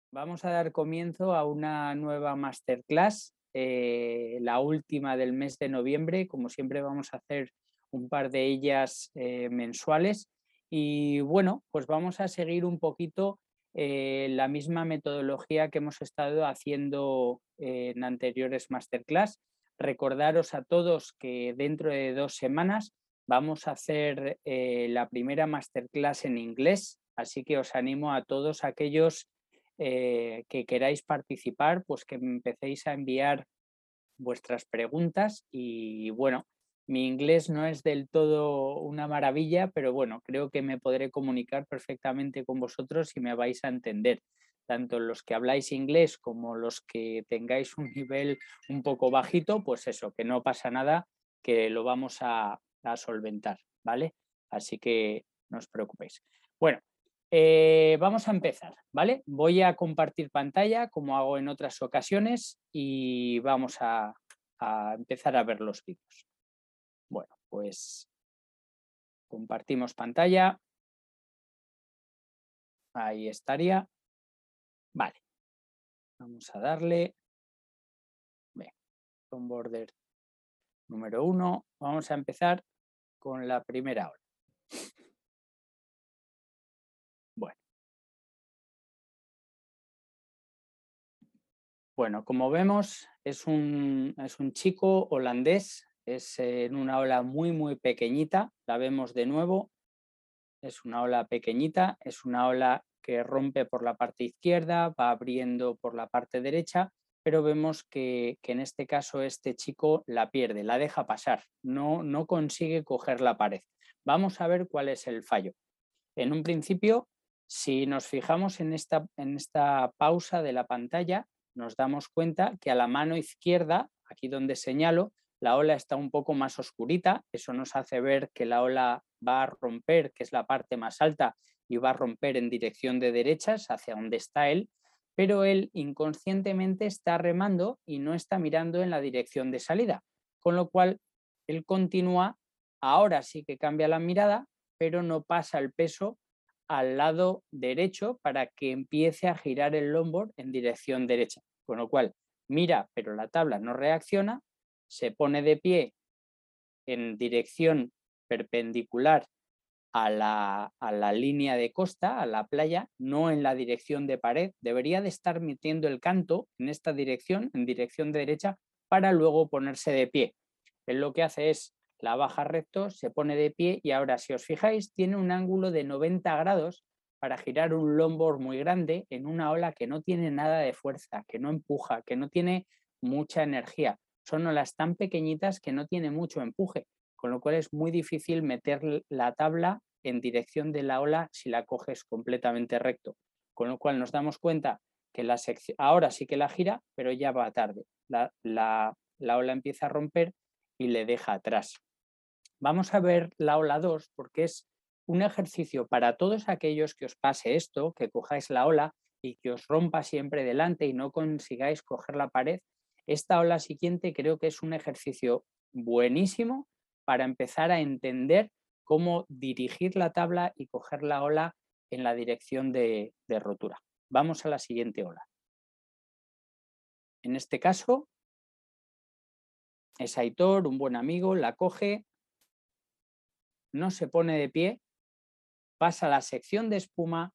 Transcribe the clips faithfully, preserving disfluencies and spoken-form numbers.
Vamos a dar comienzo a una nueva masterclass, eh, la última del mes de noviembre. Como siempre, vamos a hacer un par de ellas eh, mensuales. Y bueno, pues vamos a seguir un poquito eh, la misma metodología que hemos estado haciendo eh, en anteriores masterclass. Recordaros a todos que dentro de dos semanas vamos a hacer eh, la primera masterclass en inglés, así que os animo a todos aquellos eh, que queráis participar, pues que me empecéis a enviar vuestras preguntas y bueno, mi inglés no es del todo una maravilla, pero bueno, creo que me podré comunicar perfectamente con vosotros y me vais a entender, tanto los que habláis inglés como los que tengáis un nivel un poco bajito, pues eso, que no pasa nada, que lo vamos a, a solventar, ¿vale? Así que no os preocupéis. Bueno, eh, vamos a empezar, ¿vale? Voy a compartir pantalla como hago en otras ocasiones y vamos a, a empezar a ver los vídeos. Bueno, pues compartimos pantalla. Ahí estaría. Vale, vamos a darle. Bien, con border número uno. Vamos a empezar con la primera ola. Bueno. Bueno, como vemos, es un, es un chico holandés, es en una ola muy, muy pequeñita, la vemos de nuevo, es una ola pequeñita, es una ola que rompe por la parte izquierda, va abriendo por la parte derecha, pero vemos que, que en este caso este chico la pierde, la deja pasar, no, no consigue coger la pared. Vamos a ver cuál es el fallo. En un principio, si nos fijamos en esta, en esta pausa de la pantalla, nos damos cuenta que a la mano izquierda, aquí donde señalo, la ola está un poco más oscurita. Eso nos hace ver que la ola va a romper, que es la parte más alta, y va a romper en dirección de derechas, hacia donde está él, pero él inconscientemente está remando y no está mirando en la dirección de salida, con lo cual él continúa, ahora sí que cambia la mirada, pero no pasa el peso al lado derecho para que empiece a girar el longboard en dirección derecha. Con lo cual, mira, pero la tabla no reacciona, se pone de pie en dirección perpendicular a la, a la línea de costa, a la playa, no en la dirección de pared. Debería de estar metiendo el canto en esta dirección, en dirección de derecha, para luego ponerse de pie. Él lo que hace es la baja recto, se pone de pie y ahora, si os fijáis, tiene un ángulo de noventa grados para girar un longboard muy grande en una ola que no tiene nada de fuerza, que no empuja, que no tiene mucha energía. Son olas tan pequeñitas que no tiene mucho empuje, con lo cual es muy difícil meter la tabla en dirección de la ola si la coges completamente recto. Con lo cual nos damos cuenta que la sección, ahora sí que la gira, pero ya va tarde. La, la, la ola empieza a romper y le deja atrás. Vamos a ver la ola dos porque es un ejercicio para todos aquellos que os pase esto, que cojáis la ola y que os rompa siempre delante y no consigáis coger la pared. Esta ola siguiente creo que es un ejercicio buenísimo para empezar a entender cómo dirigir la tabla y coger la ola en la dirección de, de rotura. Vamos a la siguiente ola. En este caso, es Aitor, un buen amigo, la coge, no se pone de pie, pasa a la sección de espuma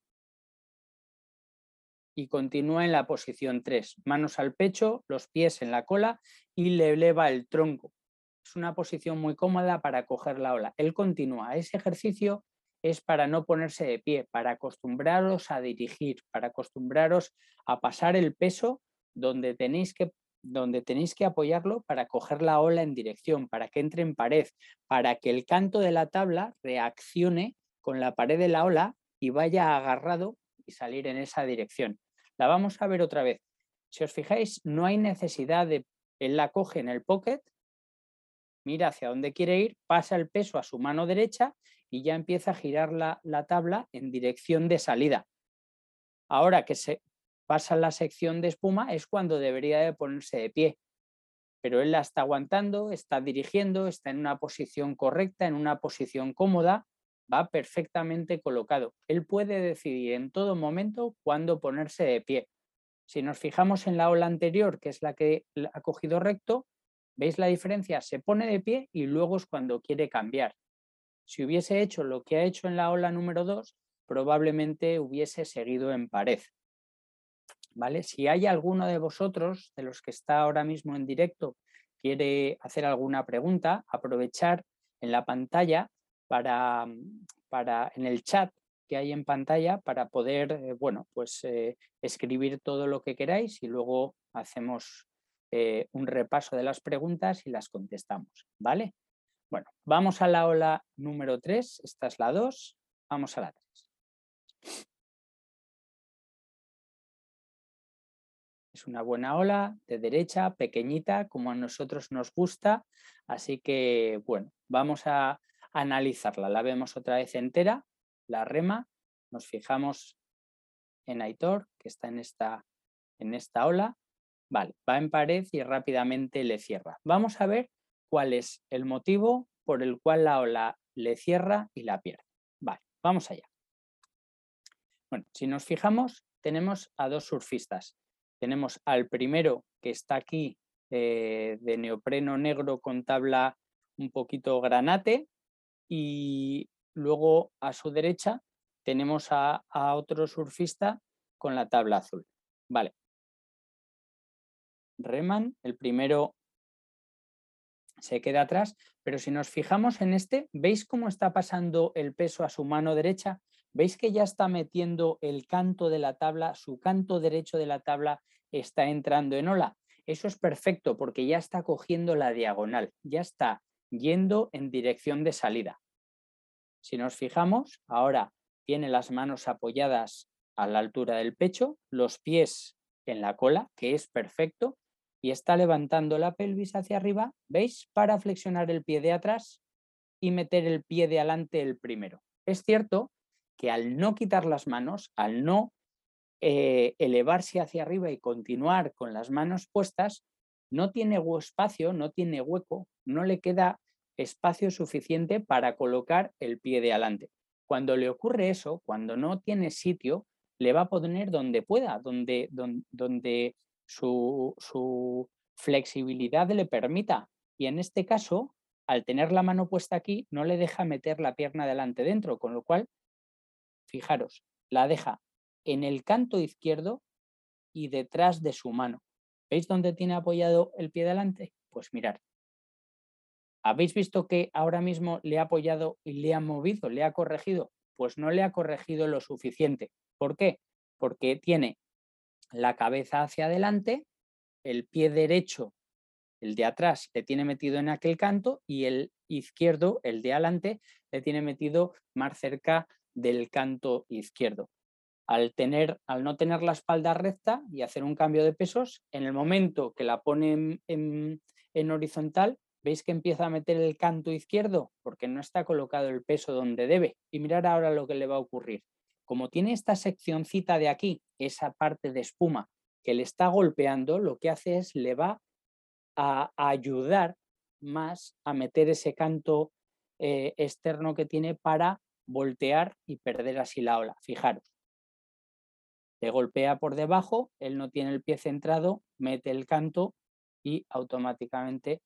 y continúa en la posición tres. Manos al pecho, los pies en la cola y le eleva el tronco. Es una posición muy cómoda para coger la ola. Él continúa. Ese ejercicio es para no ponerse de pie, para acostumbraros a dirigir, para acostumbraros a pasar el peso donde tenéis que donde tenéis que apoyarlo para coger la ola en dirección, para que entre en pared, para que el canto de la tabla reaccione con la pared de la ola y vaya agarrado y salir en esa dirección. La vamos a ver otra vez. Si os fijáis, no hay necesidad de, él la coge en el pocket, mira hacia dónde quiere ir, pasa el peso a su mano derecha y ya empieza a girar la, la tabla en dirección de salida. Ahora que se pasa la sección de espuma es cuando debería de ponerse de pie, pero él la está aguantando, está dirigiendo, está en una posición correcta, en una posición cómoda, va perfectamente colocado. Él puede decidir en todo momento cuándo ponerse de pie. Si nos fijamos en la ola anterior, que es la que ha cogido recto, ¿veis la diferencia? Se pone de pie y luego es cuando quiere cambiar. Si hubiese hecho lo que ha hecho en la ola número dos, probablemente hubiese seguido en pared. ¿Vale? Si hay alguno de vosotros, de los que está ahora mismo en directo, quiere hacer alguna pregunta, aprovechar en la pantalla para, para en el chat que hay en pantalla para poder, eh, bueno, pues eh, escribir todo lo que queráis y luego hacemos eh, un repaso de las preguntas y las contestamos, ¿vale? Bueno, vamos a la ola número tres, esta es la dos, vamos a la tres. Es una buena ola de derecha, pequeñita, como a nosotros nos gusta, así que, bueno, vamos a analizarla. La vemos otra vez entera, la rema, nos fijamos en Aitor, que está en esta, en esta ola. Vale, va en pared y rápidamente le cierra. Vamos a ver cuál es el motivo por el cual la ola le cierra y la pierde. Vale, vamos allá. Bueno, si nos fijamos, tenemos a dos surfistas. Tenemos al primero que está aquí eh, de neopreno negro con tabla un poquito granate y luego a su derecha tenemos a, a otro surfista con la tabla azul. Vale. Reman, el primero se queda atrás, pero si nos fijamos en este, ¿veis cómo está pasando el peso a su mano derecha? ¿Veis que ya está metiendo el canto de la tabla, su canto derecho de la tabla está entrando en ola? Eso es perfecto porque ya está cogiendo la diagonal, ya está yendo en dirección de salida. Si nos fijamos, ahora tiene las manos apoyadas a la altura del pecho, los pies en la cola, que es perfecto, y está levantando la pelvis hacia arriba, ¿veis? Para flexionar el pie de atrás y meter el pie de adelante el primero. Es cierto que al no quitar las manos, al no eh, elevarse hacia arriba y continuar con las manos puestas, no tiene espacio, no tiene hueco, no le queda espacio suficiente para colocar el pie de adelante. Cuando le ocurre eso, cuando no tiene sitio, le va a poner donde pueda, donde, donde, donde su, su flexibilidad le permita. Y en este caso, al tener la mano puesta aquí, no le deja meter la pierna delante dentro, con lo cual, fijaros, la deja en el canto izquierdo y detrás de su mano. ¿Veis dónde tiene apoyado el pie delante? Pues mirad. ¿Habéis visto que ahora mismo le ha apoyado y le ha movido, le ha corregido? Pues no le ha corregido lo suficiente. ¿Por qué? Porque tiene la cabeza hacia adelante, el pie derecho, el de atrás, le tiene metido en aquel canto y el izquierdo, el de adelante, le tiene metido más cerca del canto izquierdo. Al, tener, al no tener la espalda recta y hacer un cambio de pesos, en el momento que la pone en, en, en horizontal, ¿veis que empieza a meter el canto izquierdo? Porque no está colocado el peso donde debe. Y mirar ahora lo que le va a ocurrir. Como tiene esta seccioncita de aquí, esa parte de espuma que le está golpeando, lo que hace es le va a, a ayudar más a meter ese canto eh, externo que tiene para voltear y perder así la ola. Fijaros. Le golpea por debajo, él no tiene el pie centrado, mete el canto y automáticamente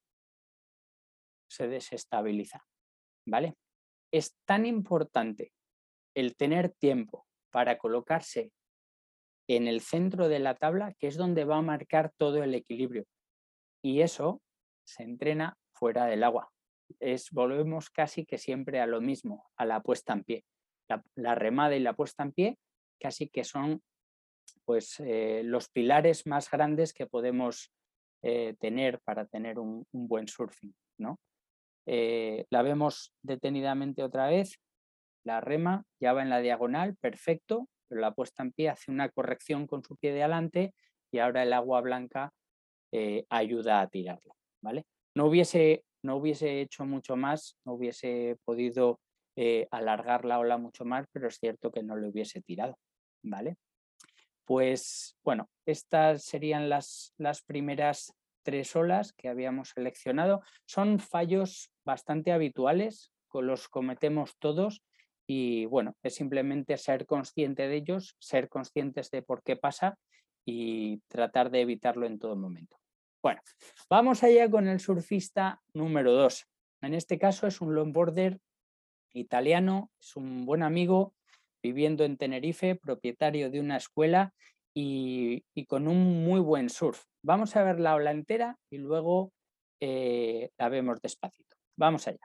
se desestabiliza, ¿vale? Es tan importante el tener tiempo para colocarse en el centro de la tabla que es donde va a marcar todo el equilibrio y eso se entrena fuera del agua. Es, volvemos casi que siempre a lo mismo, a la puesta en pie. La, la remada y la puesta en pie casi que son pues eh, los pilares más grandes que podemos eh, tener para tener un, un buen surfing, ¿no? Eh, la vemos detenidamente otra vez, la rema ya va en la diagonal, perfecto, pero la puesta en pie hace una corrección con su pie de adelante y ahora el agua blanca eh, ayuda a tirarla, ¿vale? No hubiese, no hubiese hecho mucho más, no hubiese podido eh, alargar la ola mucho más, pero es cierto que no le hubiese tirado, ¿vale? Pues bueno, estas serían las, las primeras tres olas que habíamos seleccionado. Son fallos bastante habituales, los cometemos todos y bueno, es simplemente ser consciente de ellos, ser conscientes de por qué pasa y tratar de evitarlo en todo momento. Bueno, vamos allá con el surfista número dos. En este caso es un longboarder italiano, es un buen amigo viviendo en Tenerife, propietario de una escuela y, y con un muy buen surf. Vamos a ver la ola entera y luego eh, la vemos despacito. Vamos allá.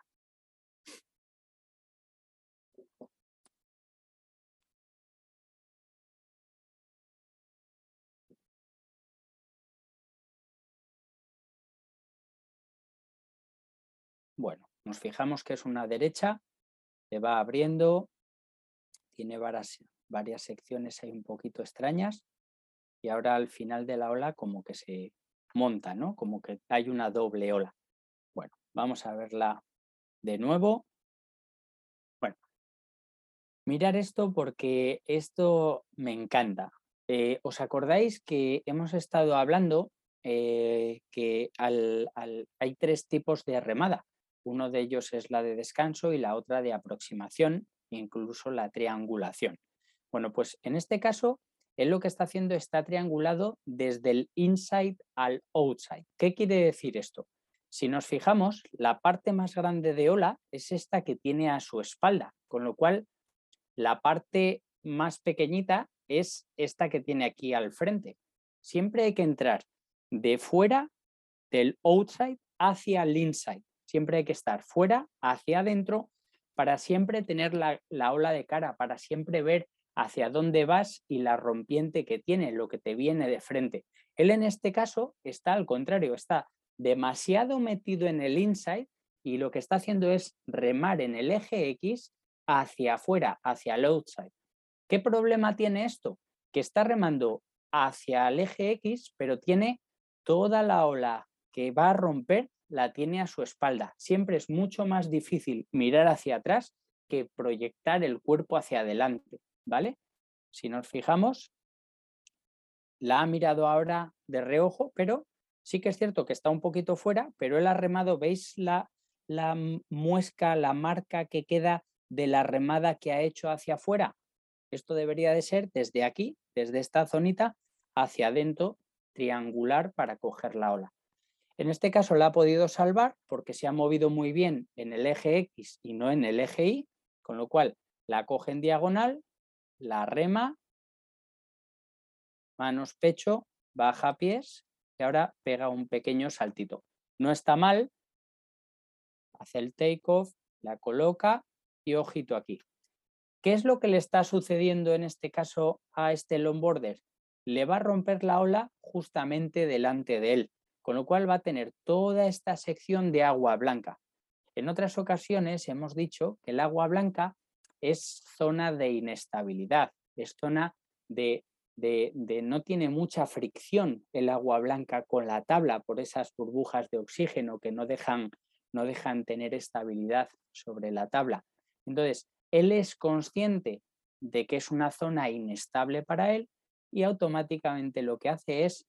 Bueno, nos fijamos que es una derecha, se va abriendo, tiene varias, varias secciones ahí un poquito extrañas y ahora al final de la ola como que se monta, ¿no? Como que hay una doble ola. Bueno, vamos a verla de nuevo. Bueno, mirar esto porque esto me encanta. Eh, ¿Os acordáis que hemos estado hablando eh, que al, al, hay tres tipos de remada? Uno de ellos es la de descanso y la otra de aproximación, incluso la triangulación. Bueno, pues en este caso, él lo que está haciendo está triangulado desde el inside al outside. ¿Qué quiere decir esto? Si nos fijamos, la parte más grande de ola es esta que tiene a su espalda, con lo cual la parte más pequeñita es esta que tiene aquí al frente. Siempre hay que entrar de fuera del outside hacia el inside. Siempre hay que estar fuera hacia adentro para siempre tener la, la ola de cara, para siempre ver hacia dónde vas y la rompiente que tiene, lo que te viene de frente. Él en este caso está al contrario, está demasiado metido en el inside y lo que está haciendo es remar en el eje X hacia afuera, hacia el outside. ¿Qué problema tiene esto? Que está remando hacia el eje X, pero tiene toda la ola que va a romper, la tiene a su espalda. Siempre es mucho más difícil mirar hacia atrás que proyectar el cuerpo hacia adelante, ¿vale? Si nos fijamos, la ha mirado ahora de reojo, pero sí que es cierto que está un poquito fuera, pero él ha remado, ¿veis la, la muesca, la marca que queda de la remada que ha hecho hacia afuera? Esto debería de ser desde aquí, desde esta zonita, hacia adentro, triangular para coger la ola. En este caso la ha podido salvar porque se ha movido muy bien en el eje X y no en el eje Y, con lo cual la coge en diagonal, la rema, manos, pecho, baja pies y ahora pega un pequeño saltito. No está mal, hace el take-off, la coloca y ojito aquí. ¿Qué es lo que le está sucediendo en este caso a este longboarder? Le va a romper la ola justamente delante de él, con lo cual va a tener toda esta sección de agua blanca. En otras ocasiones hemos dicho que el agua blanca es zona de inestabilidad, es zona de, de, de no tiene mucha fricción el agua blanca con la tabla por esas burbujas de oxígeno que no dejan, no dejan tener estabilidad sobre la tabla. Entonces, él es consciente de que es una zona inestable para él y automáticamente lo que hace es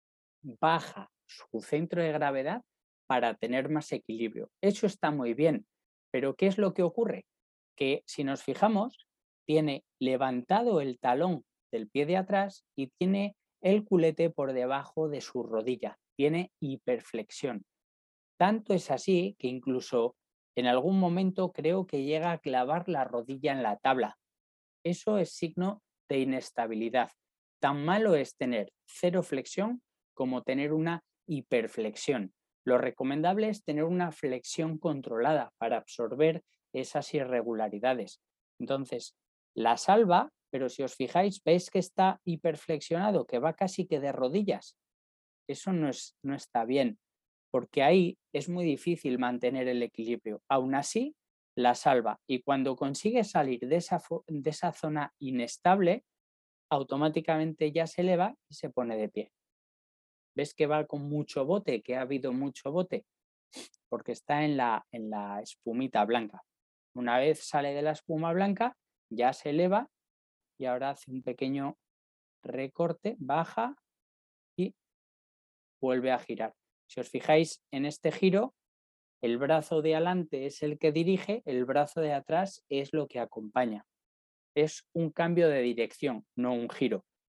baja su centro de gravedad para tener más equilibrio. Eso está muy bien, pero ¿qué es lo que ocurre? Que si nos fijamos, tiene levantado el talón del pie de atrás y tiene el culete por debajo de su rodilla, tiene hiperflexión. Tanto es así que incluso en algún momento creo que llega a clavar la rodilla en la tabla. Eso es signo de inestabilidad. Tan malo es tener cero flexión como tener una hiperflexión. Lo recomendable es tener una flexión controlada para absorber esas irregularidades. Entonces, la salva, pero si os fijáis, veis que está hiperflexionado, que va casi que de rodillas. Eso no, es, no está bien, porque ahí es muy difícil mantener el equilibrio. Aún así, la salva y cuando consigue salir de esa, de esa zona inestable, automáticamente ya se eleva y se pone de pie. ¿Ves que va con mucho bote, que ha habido mucho bote? Porque está en la, en la espumita blanca. Una vez sale de la espuma blanca, ya se eleva y ahora hace un pequeño recorte, baja y vuelve a girar. Si os fijáis en este giro, el brazo de adelante es el que dirige, el brazo de atrás es lo que acompaña. Es un cambio de dirección, no un giro.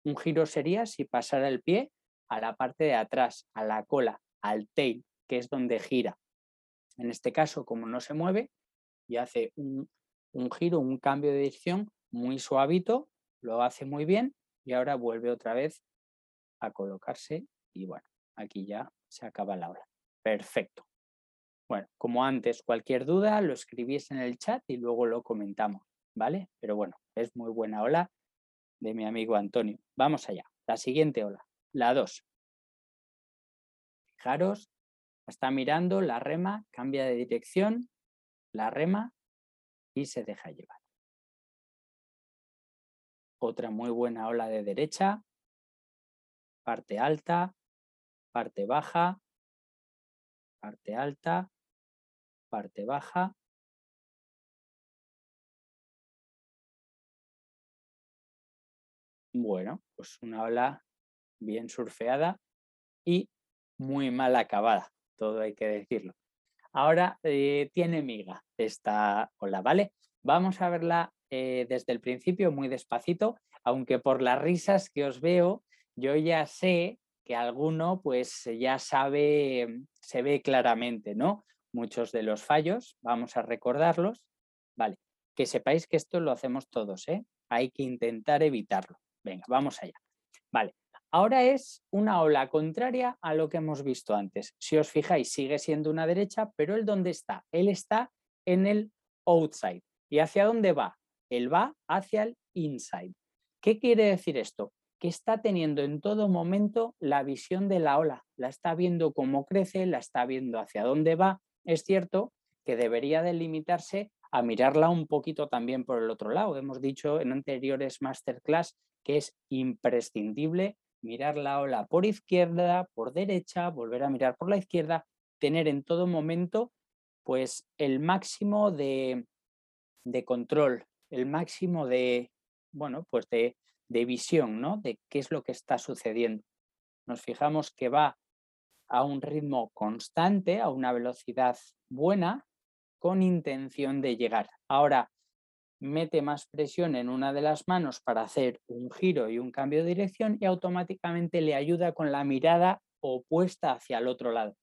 Un giro sería si pasara el pie a la parte de atrás, a la cola, al tail, que es donde gira. En este caso, como no se mueve y hace un, un giro, un cambio de dirección muy suavito, lo hace muy bien y ahora vuelve otra vez a colocarse y bueno, aquí ya se acaba la ola. Perfecto. Bueno, como antes, cualquier duda lo escribís en el chat y luego lo comentamos, ¿vale? Pero bueno, es muy buena ola de mi amigo Antonio. Vamos allá. La siguiente ola, la dos. Fijaros, está mirando, la rema, cambia de dirección, la rema y se deja llevar. Otra muy buena ola de derecha, parte alta, parte baja, parte alta, parte baja. Bueno, pues una ola bien surfeada y muy mal acabada, todo hay que decirlo. Ahora eh, tiene miga esta ola, ¿vale? Vamos a verla eh, desde el principio muy despacito, aunque por las risas que os veo, yo ya sé que alguno pues ya sabe, se ve claramente, ¿no? Muchos de los fallos, vamos a recordarlos, ¿vale? Que sepáis que esto lo hacemos todos, ¿eh? Hay que intentar evitarlo. Venga, vamos allá. Vale, ahora es una ola contraria a lo que hemos visto antes. Si os fijáis, sigue siendo una derecha, pero ¿él dónde está? Él está en el outside. ¿Y hacia dónde va? Él va hacia el inside. ¿Qué quiere decir esto? Que está teniendo en todo momento la visión de la ola. La está viendo cómo crece, la está viendo hacia dónde va. Es cierto que debería delimitarse a mirarla un poquito también por el otro lado. Hemos dicho en anteriores masterclass que es imprescindible mirar la ola por izquierda, por derecha, volver a mirar por la izquierda, tener en todo momento pues el máximo de, de control, el máximo de, bueno, pues de, de visión, ¿no? De qué es lo que está sucediendo. Nos fijamos que va a un ritmo constante, a una velocidad buena, con intención de llegar. Ahora, mete más presión en una de las manos para hacer un giro y un cambio de dirección y automáticamente le ayuda con la mirada opuesta hacia el otro lado.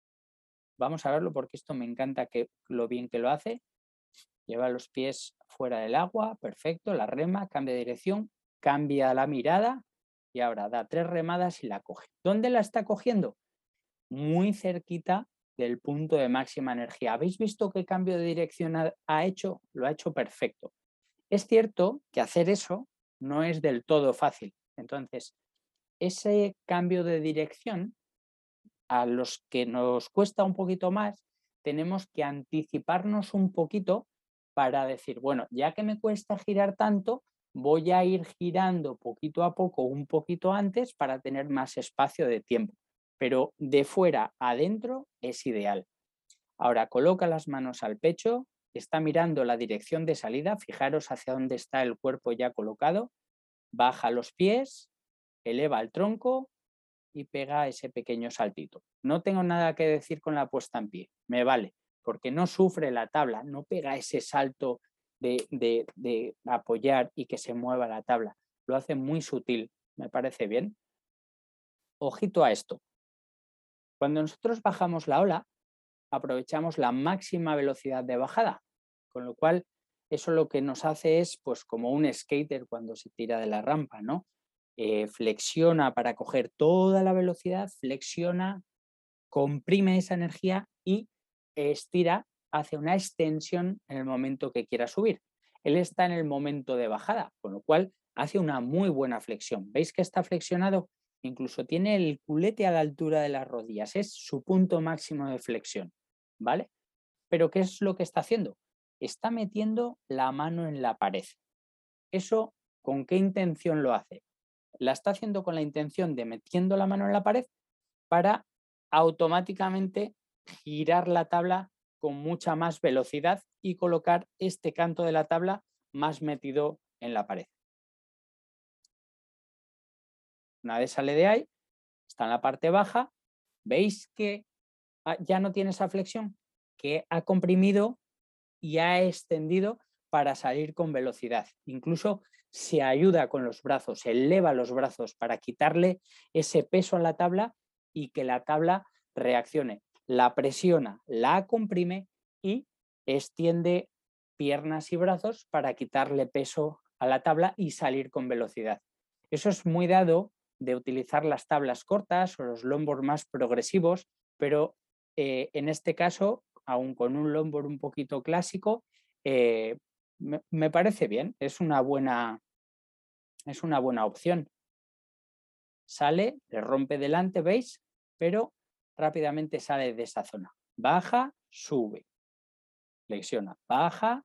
Vamos a verlo porque esto me encanta que lo bien que lo hace. Lleva los pies fuera del agua, perfecto, la rema, cambia de dirección, cambia la mirada y ahora da tres remadas y la coge. ¿Dónde la está cogiendo? Muy cerquita del punto de máxima energía. ¿Habéis visto qué cambio de dirección ha, ha hecho? Lo ha hecho perfecto. Es cierto que hacer eso no es del todo fácil. Entonces, ese cambio de dirección, a los que nos cuesta un poquito más, tenemos que anticiparnos un poquito para decir, bueno, ya que me cuesta girar tanto, voy a ir girando poquito a poco, un poquito antes para tener más espacio de tiempo. Pero de fuera a adentro es ideal. Ahora coloca las manos al pecho, está mirando la dirección de salida, fijaros hacia dónde está el cuerpo ya colocado, baja los pies, eleva el tronco y pega ese pequeño saltito. No tengo nada que decir con la puesta en pie, me vale, porque no sufre la tabla, no pega ese salto de, de, de apoyar y que se mueva la tabla, lo hace muy sutil, me parece bien. Ojito a esto, cuando nosotros bajamos la ola, aprovechamos la máxima velocidad de bajada, con lo cual eso lo que nos hace es pues como un skater cuando se tira de la rampa, ¿no? Eh, flexiona para coger toda la velocidad, flexiona, comprime esa energía y estira hacia una extensión en el momento que quiera subir. Él está en el momento de bajada, con lo cual hace una muy buena flexión. ¿Veis que está flexionado? Incluso tiene el culete a la altura de las rodillas, es su punto máximo de flexión, ¿vale? Pero ¿qué es lo que está haciendo? Está metiendo la mano en la pared. ¿Eso con qué intención lo hace? La está haciendo con la intención de metiendo la mano en la pared para automáticamente girar la tabla con mucha más velocidad y colocar este canto de la tabla más metido en la pared. Una vez sale de ahí, está en la parte baja, ¿veis que ya no tiene esa flexión? Que ha comprimido y ha extendido para salir con velocidad. Incluso se ayuda con los brazos, se eleva los brazos para quitarle ese peso a la tabla y que la tabla reaccione. La presiona, la comprime y extiende piernas y brazos para quitarle peso a la tabla y salir con velocidad. Eso es muy dado de utilizar las tablas cortas o los longboard más progresivos, pero eh, en este caso, aun con un longboard un poquito clásico, eh, me, me parece bien, es una buena, es una buena opción. Sale, le rompe delante, ¿veis? Pero rápidamente sale de esa zona. Baja, sube, flexiona, baja.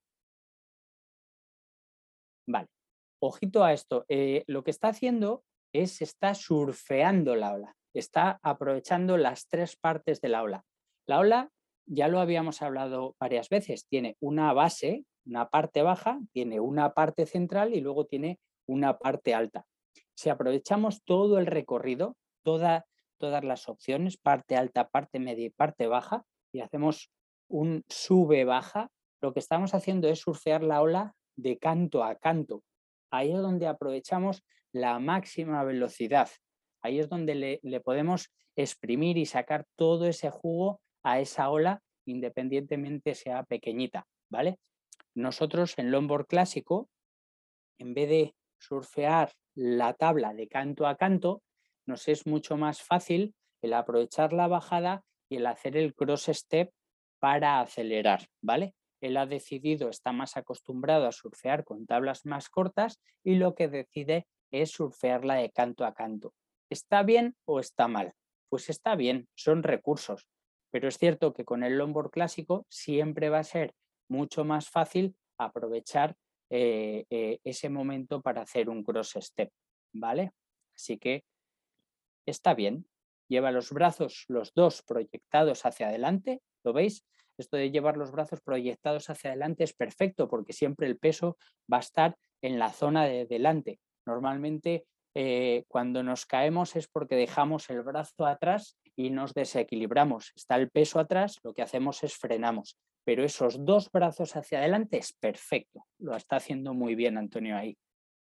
Vale, ojito a esto. Eh, lo que está haciendo es, está surfeando la ola. Está aprovechando las tres partes de la ola. La ola, ya lo habíamos hablado varias veces, tiene una base, una parte baja, tiene una parte central y luego tiene una parte alta. Si aprovechamos todo el recorrido, toda, todas las opciones, parte alta, parte media y parte baja, y hacemos un sube-baja, lo que estamos haciendo es surfear la ola de canto a canto. Ahí es donde aprovechamos la máxima velocidad. Ahí es donde le, le podemos exprimir y sacar todo ese jugo a esa ola, independientemente sea pequeñita, ¿vale? Nosotros en longboard clásico, en vez de surfear la tabla de canto a canto, nos es mucho más fácil el aprovechar la bajada y el hacer el cross step para acelerar, ¿vale? Él ha decidido, está más acostumbrado a surfear con tablas más cortas y lo que decide es surfearla de canto a canto. ¿Está bien o está mal? Pues está bien, son recursos, pero es cierto que con el longboard clásico siempre va a ser mucho más fácil aprovechar eh, eh, ese momento para hacer un cross step, ¿vale? Así que está bien. Lleva los brazos, los dos proyectados hacia adelante, ¿lo veis? Esto de llevar los brazos proyectados hacia adelante es perfecto porque siempre el peso va a estar en la zona de delante. Normalmente eh, cuando nos caemos es porque dejamos el brazo atrás y nos desequilibramos. Está el peso atrás, lo que hacemos es frenamos. Pero esos dos brazos hacia adelante es perfecto. Lo está haciendo muy bien Antonio ahí.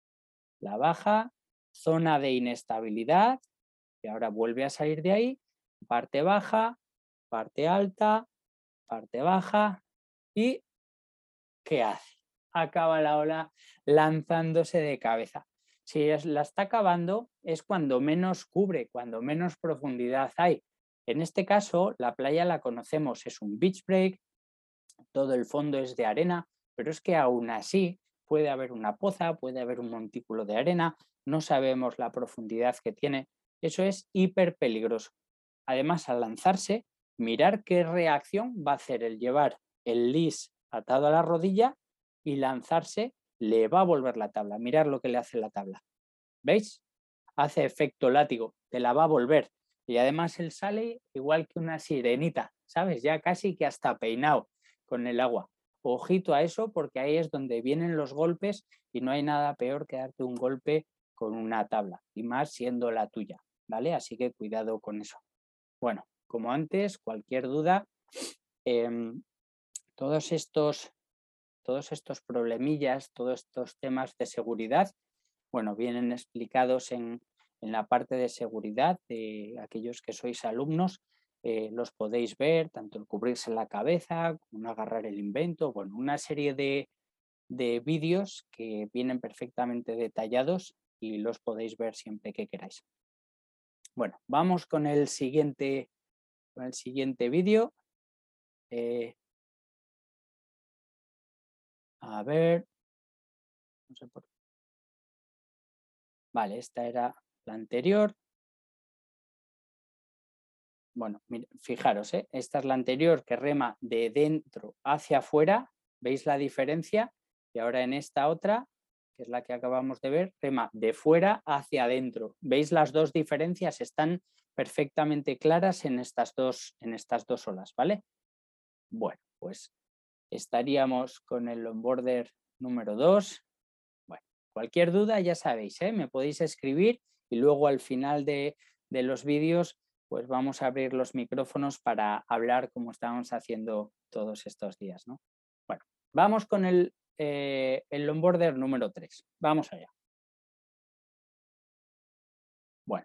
La baja, zona de inestabilidad, y ahora vuelve a salir de ahí, parte baja, parte alta, parte baja y ¿qué hace? Acaba la ola lanzándose de cabeza. Si es, la está acabando es cuando menos cubre, cuando menos profundidad hay. En este caso, la playa la conocemos, es un beach break, todo el fondo es de arena, pero es que aún así puede haber una poza, puede haber un montículo de arena, no sabemos la profundidad que tiene. Eso es hiper peligroso. Además, al lanzarse, mirar qué reacción va a hacer el llevar el lis atado a la rodilla y lanzarse, le va a volver la tabla. Mirar lo que le hace la tabla. ¿Veis? Hace efecto látigo, te la va a volver. Y además él sale igual que una sirenita, ¿sabes? Ya casi que hasta peinado con el agua. Ojito a eso porque ahí es donde vienen los golpes y no hay nada peor que darte un golpe con una tabla, y más siendo la tuya, ¿vale? Así que cuidado con eso. Bueno, como antes, cualquier duda, eh, todos estos, todos estos problemillas, todos estos temas de seguridad, bueno, vienen explicados en, en la parte de seguridad de aquellos que sois alumnos, eh, los podéis ver, tanto el cubrirse la cabeza, como agarrar el invento, bueno, una serie de, de vídeos que vienen perfectamente detallados y los podéis ver siempre que queráis. Bueno, vamos con el siguiente, con el siguiente vídeo. Eh, a ver, no sé por... Vale, esta era la anterior. Bueno, fijaros, ¿eh? Esta es la anterior que rema de dentro hacia afuera, ¿veis la diferencia? Y ahora en esta otra, que es la que acabamos de ver, rema de fuera hacia adentro. ¿Veis las dos diferencias? Están perfectamente claras en estas dos, en estas dos olas, ¿vale? Bueno, pues estaríamos con el longboarder número dos. Bueno, cualquier duda ya sabéis, ¿eh? Me podéis escribir y luego al final de, de los vídeos pues vamos a abrir los micrófonos para hablar como estábamos haciendo todos estos días, ¿no? Bueno, vamos con el eh, el longboarder número tres. Vamos allá. Bueno.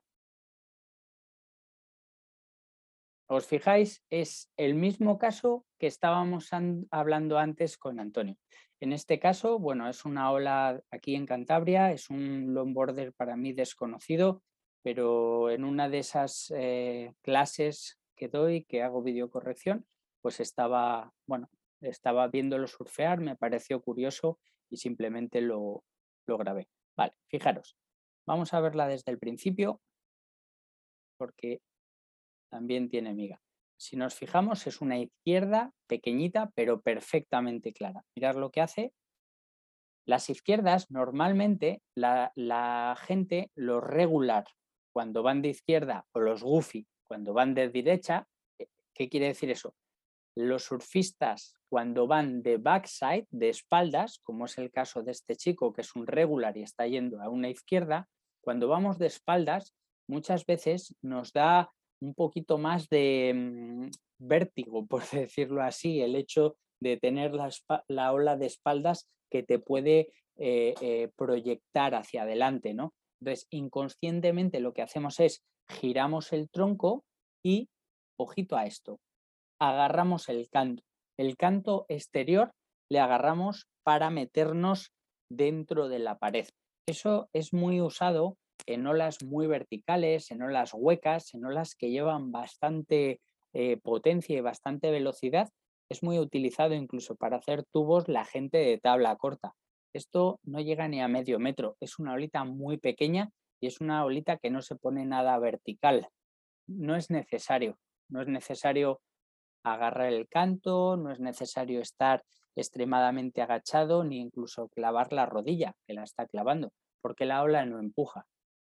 ¿Os fijáis? Es el mismo caso que estábamos hablando antes con Antonio. En este caso, bueno, es una ola aquí en Cantabria, es un longboarder para mí desconocido, pero en una de esas eh, clases que doy, que hago videocorrección, pues estaba, bueno, estaba viéndolo surfear, me pareció curioso y simplemente lo, lo grabé. Vale, fijaros, vamos a verla desde el principio porque también tiene miga. Si nos fijamos, es una izquierda pequeñita, pero perfectamente clara. Mirad lo que hace. Las izquierdas, normalmente, la, la gente, los regular, cuando van de izquierda, o los goofy, cuando van de derecha, ¿qué quiere decir eso? Los surfistas, cuando van de backside, de espaldas, como es el caso de este chico, que es un regular y está yendo a una izquierda, cuando vamos de espaldas, muchas veces nos da un poquito más de mmm, vértigo, por decirlo así, el hecho de tener la, la ola de espaldas que te puede eh, eh, proyectar hacia adelante, ¿no? Entonces, inconscientemente lo que hacemos es giramos el tronco y, ojito a esto, agarramos el canto. El canto exterior le agarramos para meternos dentro de la pared. Eso es muy usado en olas muy verticales, en olas huecas, en olas que llevan bastante eh, potencia y bastante velocidad. Es muy utilizado incluso para hacer tubos la gente de tabla corta. Esto no llega ni a medio metro, es una olita muy pequeña y es una olita que no se pone nada vertical. No es necesario, no es necesario agarrar el canto, no es necesario estar extremadamente agachado ni incluso clavar la rodilla que la está clavando, porque la ola no empuja.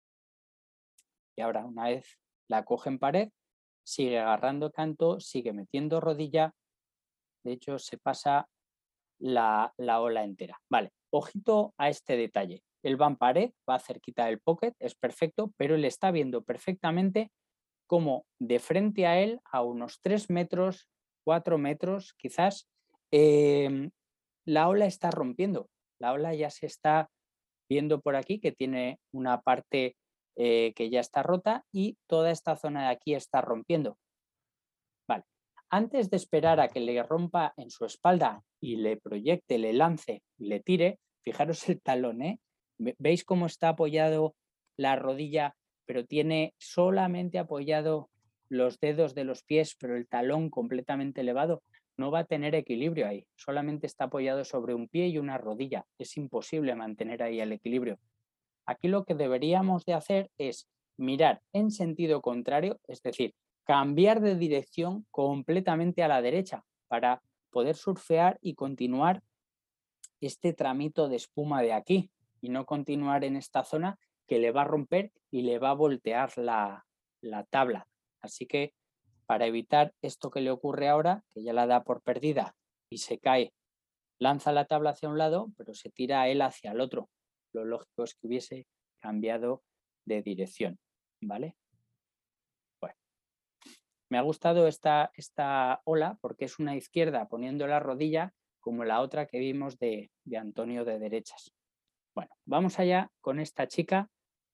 Y ahora, una vez la coge en pared, sigue agarrando canto, sigue metiendo rodilla, de hecho se pasa la, la ola entera. Vale, ojito a este detalle. Él va en pared, va cerquita del pocket, es perfecto, pero él está viendo perfectamente cómo de frente a él, a unos tres metros, cuatro metros quizás, eh, la ola está rompiendo. La ola ya se está viendo por aquí que tiene una parte eh, que ya está rota y toda esta zona de aquí está rompiendo. Vale. Antes de esperar a que le rompa en su espalda y le proyecte, le lance y le tire, fijaros el talón, ¿eh? ¿Veis cómo está apoyado la rodilla, pero tiene solamente apoyado los dedos de los pies, pero el talón completamente elevado? No va a tener equilibrio ahí, solamente está apoyado sobre un pie y una rodilla. Es imposible mantener ahí el equilibrio. Aquí lo que deberíamos de hacer es mirar en sentido contrario, es decir, cambiar de dirección completamente a la derecha para poder surfear y continuar este tramito de espuma de aquí y no continuar en esta zona que le va a romper y le va a voltear la, la tabla. Así que para evitar esto que le ocurre ahora, que ya la da por perdida y se cae, lanza la tabla hacia un lado, pero se tira a él hacia el otro. Lo lógico es que hubiese cambiado de dirección, ¿vale? Bueno, me ha gustado esta, esta ola porque es una izquierda poniendo la rodilla como la otra que vimos de, de Antonio de derechas. Bueno, vamos allá con esta chica.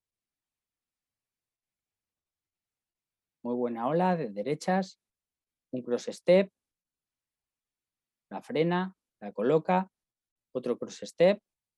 Muy buena ola de derechas, un cross step, la frena, la coloca, otro cross step,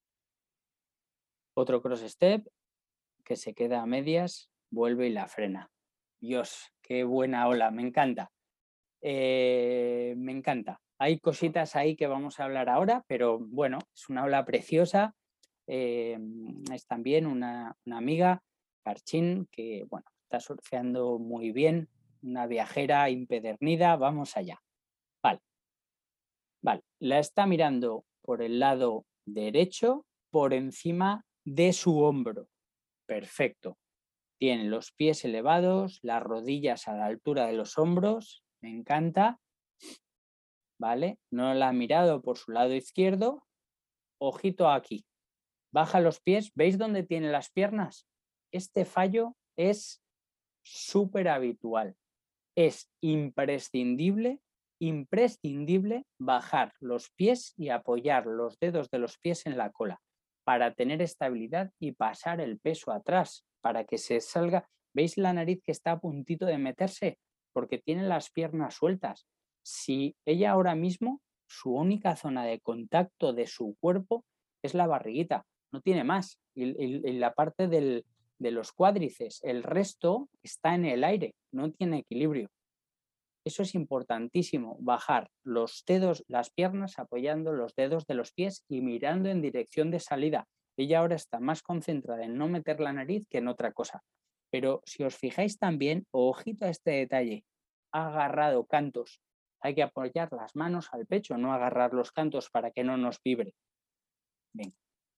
otro cross step que se queda a medias, vuelve y la frena. Dios, qué buena ola, me encanta. Eh, me encanta. Hay cositas ahí que vamos a hablar ahora, pero bueno, es una ola preciosa. Eh, es también una, una amiga, Carchín, que bueno, está surfeando muy bien, una viajera impedernida. Vamos allá. Vale, vale. La está mirando por el lado derecho, por encima de su hombro. Perfecto. Tiene los pies elevados, las rodillas a la altura de los hombros. Me encanta. ¿Vale? No la ha mirado por su lado izquierdo. Ojito aquí. Baja los pies. ¿Veis dónde tiene las piernas? Este fallo es súper habitual. Es imprescindible imprescindible bajar los pies y apoyar los dedos de los pies en la cola para tener estabilidad y pasar el peso atrás, para que se salga. ¿Veis la nariz que está a puntito de meterse? Porque tiene las piernas sueltas. Si ella ahora mismo, su única zona de contacto de su cuerpo es la barriguita, no tiene más, y, y, y la parte del, de los cuádriceps, el resto está en el aire, no tiene equilibrio. Eso es importantísimo, bajar los dedos, las piernas apoyando los dedos de los pies y mirando en dirección de salida. Ella ahora está más concentrada en no meter la nariz que en otra cosa. Pero si os fijáis también, ojito a este detalle, ha agarrado cantos. Hay que apoyar las manos al pecho, no agarrar los cantos para que no nos vibre. Bien.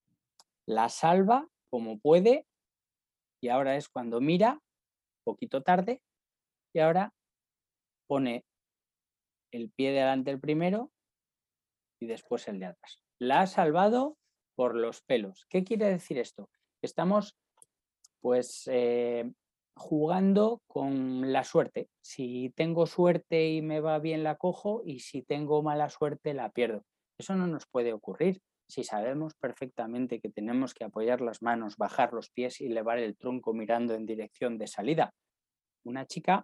La salva como puede y ahora es cuando mira, poquito tarde, y ahora pone el pie de delante el primero y después el de atrás. La ha salvado por los pelos. ¿Qué quiere decir esto? Estamos pues eh, jugando con la suerte. Si tengo suerte y me va bien, la cojo, y si tengo mala suerte la pierdo. Eso no nos puede ocurrir si sabemos perfectamente que tenemos que apoyar las manos, bajar los pies y elevar el tronco mirando en dirección de salida. Una chica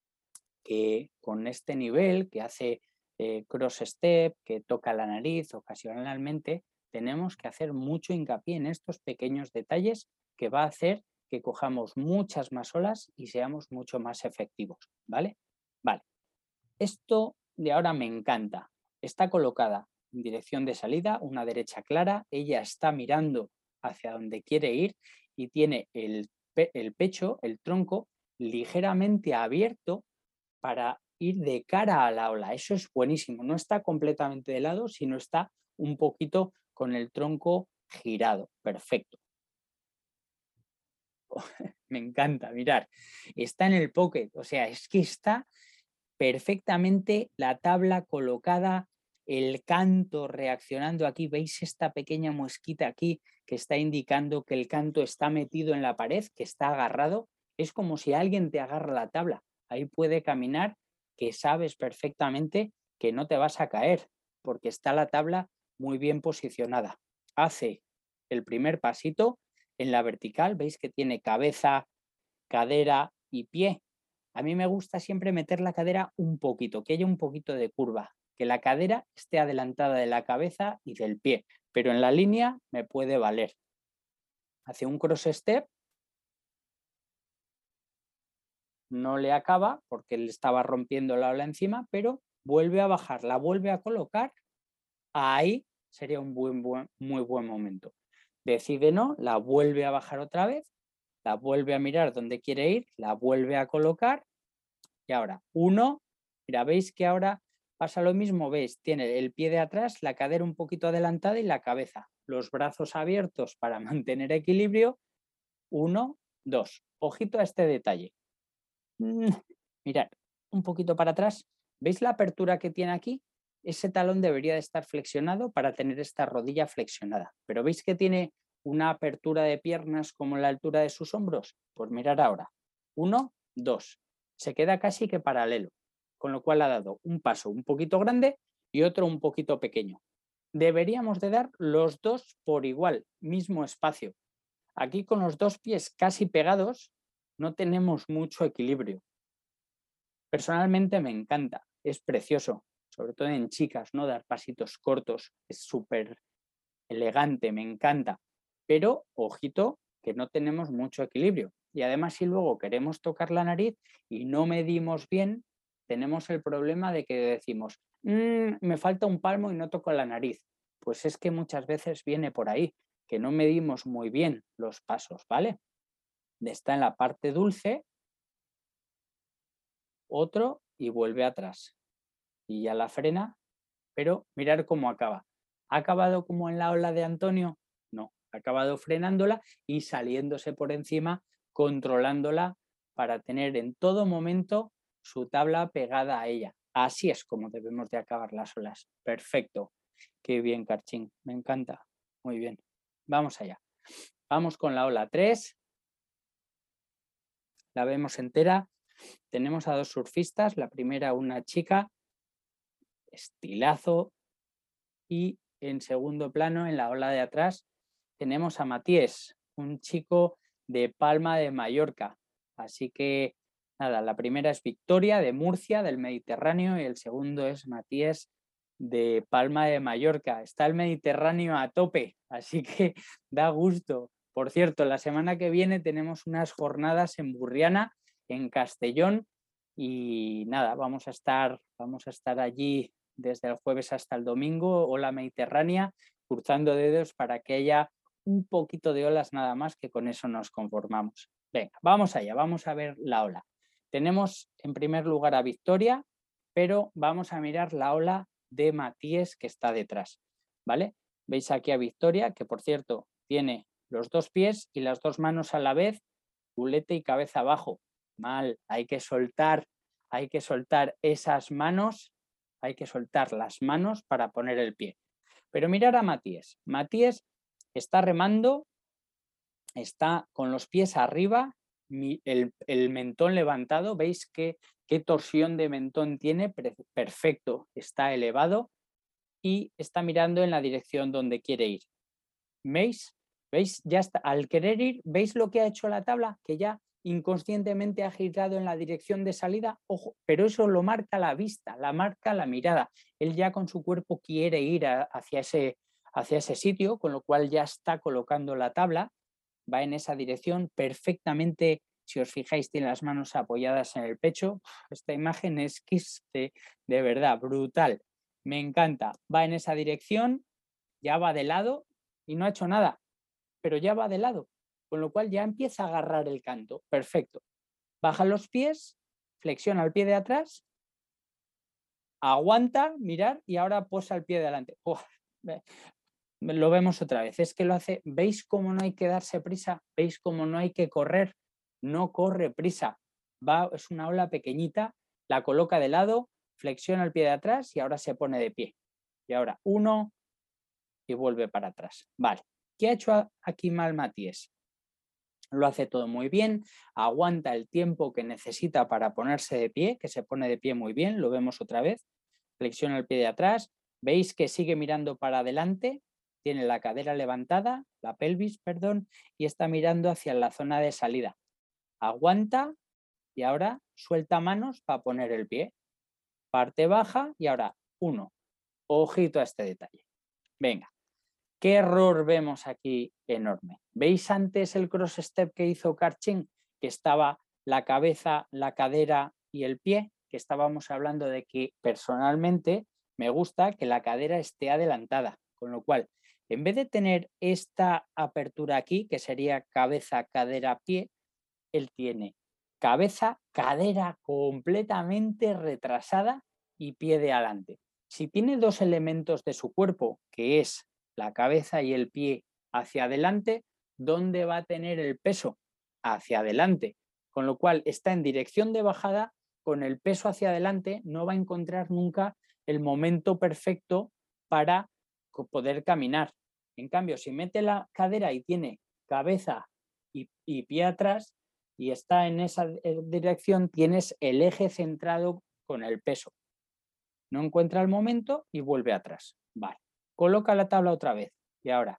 que con este nivel, que hace eh, cross step, que toca la nariz ocasionalmente, tenemos que hacer mucho hincapié en estos pequeños detalles que va a hacer que cojamos muchas más olas y seamos mucho más efectivos, ¿vale? Vale. Esto de ahora me encanta. Está colocada en dirección de salida, una derecha clara, ella está mirando hacia donde quiere ir y tiene el, pe el pecho, el tronco, ligeramente abierto para ir de cara a la ola. Eso es buenísimo. No está completamente de lado, sino está un poquito con el tronco girado. Perfecto. Me encanta, mirar. Está en el pocket, o sea, es que está perfectamente la tabla colocada, el canto reaccionando aquí. ¿Veis esta pequeña mosquita aquí que está indicando que el canto está metido en la pared, que está agarrado? Es como si alguien te agarra la tabla. Ahí puede caminar, que sabes perfectamente que no te vas a caer, porque está la tabla muy bien posicionada. Hace el primer pasito en la vertical, veis que tiene cabeza, cadera y pie. A mí me gusta siempre meter la cadera un poquito, que haya un poquito de curva, que la cadera esté adelantada de la cabeza y del pie, pero en la línea me puede valer. Hace un cross step, no le acaba porque le estaba rompiendo la ola encima, pero vuelve a bajar, la vuelve a colocar, ahí sería un buen, buen, muy buen momento. Decide no, la vuelve a bajar otra vez, la vuelve a mirar dónde quiere ir, la vuelve a colocar. Y ahora, uno, mira, veis que ahora pasa lo mismo, veis, tiene el pie de atrás, la cadera un poquito adelantada y la cabeza, los brazos abiertos para mantener equilibrio. Uno, dos. Ojito a este detalle. Mm, mirad, un poquito para atrás. ¿Veis la apertura que tiene aquí? Ese talón debería de estar flexionado para tener esta rodilla flexionada. Pero ¿veis que tiene una apertura de piernas como la altura de sus hombros? Pues mirad ahora. Uno, dos. Se queda casi que paralelo, con lo cual ha dado un paso un poquito grande y otro un poquito pequeño. Deberíamos de dar los dos por igual, mismo espacio. Aquí con los dos pies casi pegados no tenemos mucho equilibrio. Personalmente me encanta, es precioso, sobre todo en chicas, ¿no? Dar pasitos cortos, es súper elegante, me encanta. Pero, ojito, que no tenemos mucho equilibrio. Y además, si luego queremos tocar la nariz y no medimos bien, tenemos el problema de que decimos, mmm, me falta un palmo y no toco la nariz. Pues es que muchas veces viene por ahí, que no medimos muy bien los pasos, ¿vale? Está en la parte dulce, otro y vuelve atrás. Y ya la frena, pero mirar cómo acaba. ¿Ha acabado como en la ola de Antonio? No, ha acabado frenándola y saliéndose por encima, controlándola para tener en todo momento su tabla pegada a ella. Así es como debemos de acabar las olas. Perfecto. Qué bien, Carchín. Me encanta. Muy bien. Vamos allá. Vamos con la ola tres. La vemos entera. Tenemos a dos surfistas. La primera, una chica estilazo. Y en segundo plano, en la ola de atrás, tenemos a Matías, un chico de Palma de Mallorca. Así que nada, la primera es Victoria de Murcia, del Mediterráneo, y el segundo es Matías de Palma de Mallorca. Está el Mediterráneo a tope, así que da gusto. Por cierto, la semana que viene tenemos unas jornadas en Burriana, en Castellón, y nada, vamos a estar, vamos a estar allí desde el jueves hasta el domingo, ola mediterránea, cruzando dedos para que haya un poquito de olas nada más, que con eso nos conformamos. Venga, vamos allá, vamos a ver la ola. Tenemos en primer lugar a Victoria, pero vamos a mirar la ola de Matías que está detrás, ¿vale? Veis aquí a Victoria, que por cierto tiene los dos pies y las dos manos a la vez, culete y cabeza abajo. Mal, hay que soltar, hay que soltar esas manos, hay que soltar las manos para poner el pie. Pero mirar a Matías. Matías está remando, está con los pies arriba, el, el mentón levantado, veis qué, qué torsión de mentón tiene, perfecto, está elevado y está mirando en la dirección donde quiere ir. ¿Veis? ¿Veis? Ya está. Al querer ir, ¿veis lo que ha hecho la tabla? Que ya inconscientemente ha girado en la dirección de salida. Ojo, pero eso lo marca la vista, la marca la mirada. Él ya con su cuerpo quiere ir a, hacia, ese, hacia ese sitio, con lo cual ya está colocando la tabla, va en esa dirección perfectamente. Si os fijáis, tiene las manos apoyadas en el pecho. Esta imagen es que es de, de verdad brutal. Me encanta. Va en esa dirección, ya va de lado y no ha hecho nada, pero ya va de lado, con lo cual ya empieza a agarrar el canto. Perfecto. Baja los pies, flexiona el pie de atrás, aguanta, mirar y ahora posa el pie de adelante. Uf, lo vemos otra vez. Es que lo hace. ¿Veis cómo no hay que darse prisa? ¿Veis cómo no hay que correr? No corre prisa. Va, es una ola pequeñita, la coloca de lado, flexiona el pie de atrás y ahora se pone de pie. Y ahora uno y vuelve para atrás. Vale. ¿Qué ha hecho aquí mal Matías? Lo hace todo muy bien, aguanta el tiempo que necesita para ponerse de pie, que se pone de pie muy bien, lo vemos otra vez, flexiona el pie de atrás, veis que sigue mirando para adelante, tiene la cadera levantada, la pelvis, perdón, y está mirando hacia la zona de salida. Aguanta y ahora suelta manos para poner el pie, parte baja y ahora uno. Ojito a este detalle. Venga. ¿Qué error vemos aquí enorme? ¿Veis antes el cross step que hizo Karchin? Que estaba la cabeza, la cadera y el pie, que estábamos hablando de que personalmente me gusta que la cadera esté adelantada, con lo cual, en vez de tener esta apertura aquí, que sería cabeza, cadera, pie, él tiene cabeza, cadera completamente retrasada y pie de adelante. Si tiene dos elementos de su cuerpo, que es la cabeza y el pie hacia adelante, ¿dónde va a tener el peso? Hacia adelante. Con lo cual está en dirección de bajada, con el peso hacia adelante, no va a encontrar nunca el momento perfecto para poder caminar. En cambio, si mete la cadera y tiene cabeza y, y pie atrás y está en esa dirección, tienes el eje centrado con el peso. No encuentra el momento y vuelve atrás. Vale. Coloca la tabla otra vez y ahora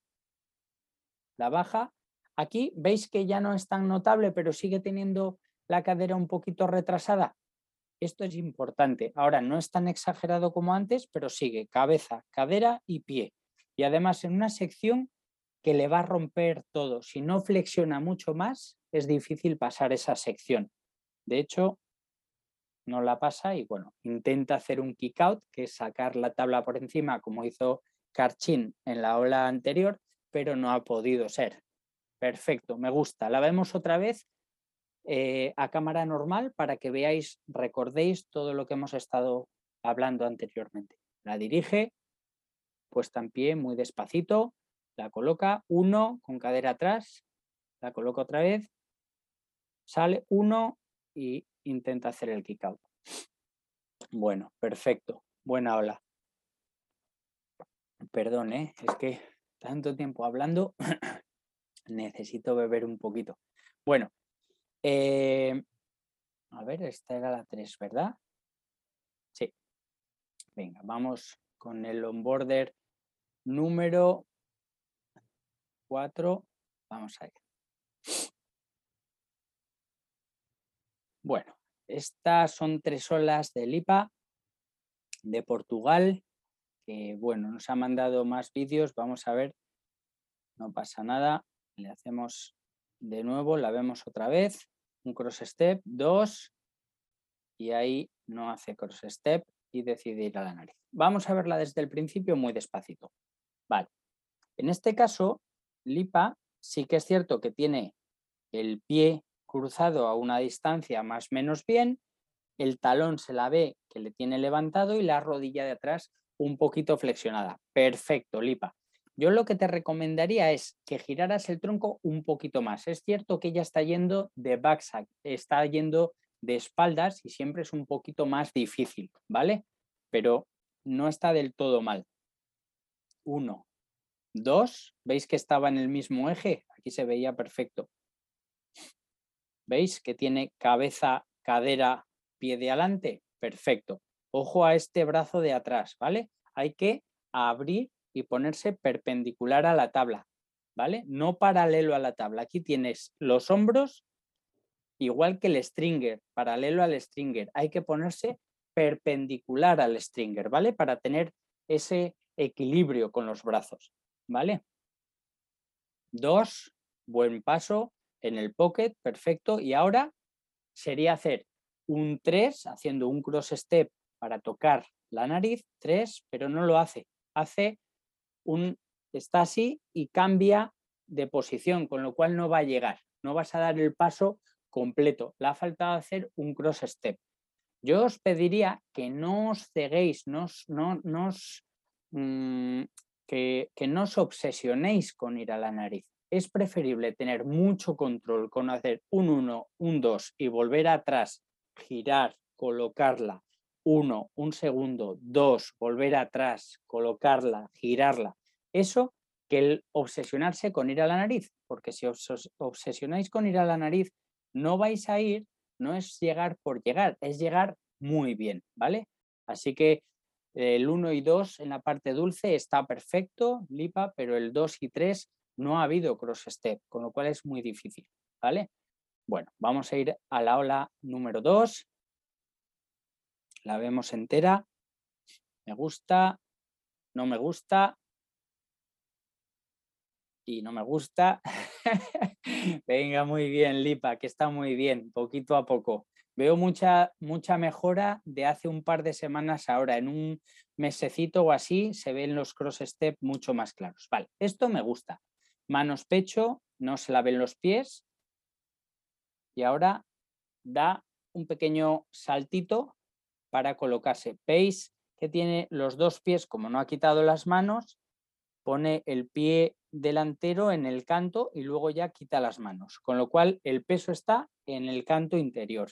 la baja. Aquí veis que ya no es tan notable, pero sigue teniendo la cadera un poquito retrasada. Esto es importante. Ahora no es tan exagerado como antes, pero sigue cabeza, cadera y pie. Y además en una sección que le va a romper todo. Si no flexiona mucho más, es difícil pasar esa sección. De hecho, no la pasa y bueno, intenta hacer un kick out, que es sacar la tabla por encima como hizo Karchin en la ola anterior, pero no ha podido ser. Perfecto, me gusta. La vemos otra vez eh, a cámara normal para que veáis, recordéis todo lo que hemos estado hablando anteriormente. La dirige, puesta en pie muy despacito, la coloca, uno con cadera atrás, la coloca otra vez, sale uno y intenta hacer el kick out. Bueno, perfecto, buena ola. Perdón, ¿eh? Es que tanto tiempo hablando, necesito beber un poquito. Bueno, eh, a ver, esta era la tres, ¿verdad? Sí. Venga, vamos con el onboarder número cuatro. Vamos a ir. Bueno, estas son tres olas de Lipa de Portugal, que bueno, nos ha mandado más vídeos, vamos a ver, no pasa nada, le hacemos de nuevo, la vemos otra vez, un cross step, dos, y ahí no hace cross step y decide ir a la nariz. Vamos a verla desde el principio muy despacito. Vale, en este caso, Lipa sí que es cierto que tiene el pie cruzado a una distancia más o menos bien, el talón se la ve que le tiene levantado y la rodilla de atrás un poquito flexionada. Perfecto, Lipa. Yo lo que te recomendaría es que giraras el tronco un poquito más. Es cierto que ella está yendo de backside, está yendo de espaldas y siempre es un poquito más difícil, ¿vale? Pero no está del todo mal. Uno, dos, ¿veis que estaba en el mismo eje? Aquí se veía perfecto. ¿Veis que tiene cabeza, cadera, pie de adelante? Perfecto. Ojo a este brazo de atrás, ¿vale? Hay que abrir y ponerse perpendicular a la tabla, ¿vale? No paralelo a la tabla. Aquí tienes los hombros, igual que el stringer, paralelo al stringer. Hay que ponerse perpendicular al stringer, ¿vale? Para tener ese equilibrio con los brazos, ¿vale? Dos, buen paso en el pocket, perfecto. Y ahora sería hacer un tres, haciendo un cross step para tocar la nariz, tres, pero no lo hace. Hace un, está así y cambia de posición, con lo cual no va a llegar. No vas a dar el paso completo. Le ha faltado hacer un cross step. Yo os pediría que no os ceguéis, no os, no, no os, mmm, que, que no os obsesionéis con ir a la nariz. Es preferible tener mucho control con hacer un uno, un dos y volver atrás, girar, colocarla, uno, un segundo, dos, volver atrás, colocarla, girarla. Eso que el obsesionarse con ir a la nariz, porque si os obsesionáis con ir a la nariz, no vais a ir, no es llegar por llegar, es llegar muy bien, ¿vale? Así que el uno y dos en la parte dulce está perfecto, Lipa, pero el dos y tres no ha habido cross step, con lo cual es muy difícil, ¿vale? Bueno, vamos a ir a la ola número dos. La vemos entera. Me gusta, no me gusta y no me gusta. Venga, muy bien, Lipa, que está muy bien, poquito a poco. Veo mucha, mucha mejora de hace un par de semanas ahora. En un mesecito o así se ven los cross step mucho más claros. Vale, esto me gusta. Manos, pecho, no se la ven los pies. Y ahora da un pequeño saltito para colocarse. Veis que tiene los dos pies, como no ha quitado las manos, pone el pie delantero en el canto y luego ya quita las manos, con lo cual el peso está en el canto interior.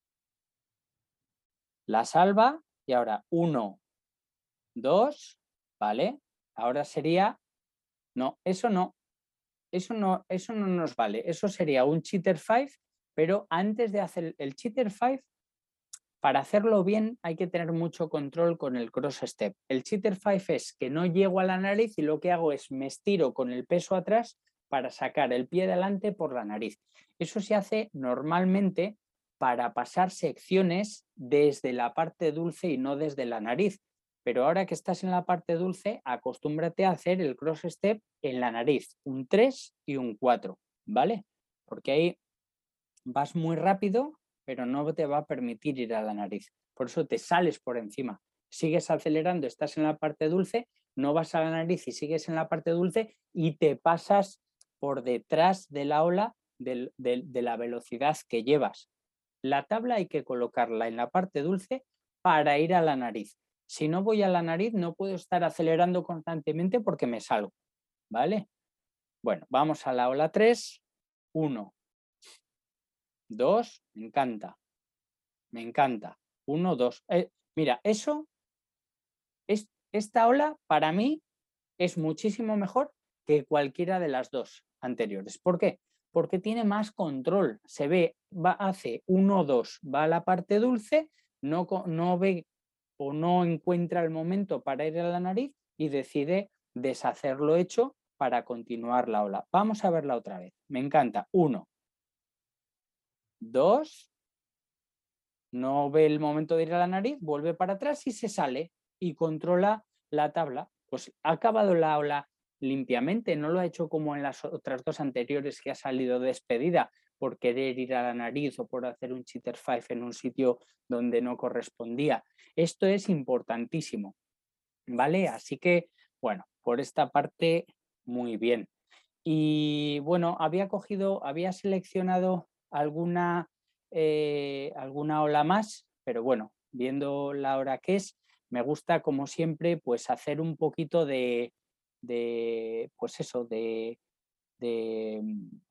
La salva y ahora uno, dos, ¿vale? Ahora sería, no, eso no, eso no, eso no nos vale, eso sería un cheater five, pero antes de hacer el cheater five, para hacerlo bien hay que tener mucho control con el cross step. El cheater five es que no llego a la nariz y lo que hago es me estiro con el peso atrás para sacar el pie delante por la nariz. Eso se hace normalmente para pasar secciones desde la parte dulce y no desde la nariz. Pero ahora que estás en la parte dulce, acostúmbrate a hacer el cross step en la nariz, un tres y un cuatro, ¿vale? Porque ahí vas muy rápido, pero no te va a permitir ir a la nariz. Por eso te sales por encima. Sigues acelerando, estás en la parte dulce, no vas a la nariz y sigues en la parte dulce y te pasas por detrás de la ola de, de, de la velocidad que llevas. La tabla hay que colocarla en la parte dulce para ir a la nariz. Si no voy a la nariz, no puedo estar acelerando constantemente porque me salgo, ¿vale? Bueno, vamos a la ola tres. uno, dos, me encanta. Me encanta. Uno, dos. Eh, mira, eso, es, esta ola para mí es muchísimo mejor que cualquiera de las dos anteriores. ¿Por qué? Porque tiene más control. Se ve, va, hace uno, dos, va a la parte dulce, no, no ve o no encuentra el momento para ir a la nariz y decide deshacer lo hecho para continuar la ola. Vamos a verla otra vez. Me encanta. Uno, dos, no ve el momento de ir a la nariz, vuelve para atrás y se sale y controla la tabla. Pues ha acabado la ola limpiamente, no lo ha hecho como en las otras dos anteriores que ha salido despedida por querer ir a la nariz o por hacer un cheater five en un sitio donde no correspondía. Esto es importantísimo, ¿vale? Así que, bueno, por esta parte, muy bien. Y bueno, había cogido, había seleccionado alguna, eh, alguna ola más, pero bueno, viendo la hora que es, me gusta como siempre pues hacer un poquito de, de pues eso, de, de,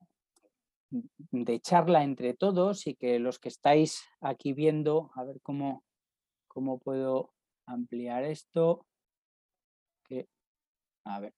de charla entre todos y que los que estáis aquí viendo, a ver cómo, cómo puedo ampliar esto, que, a ver.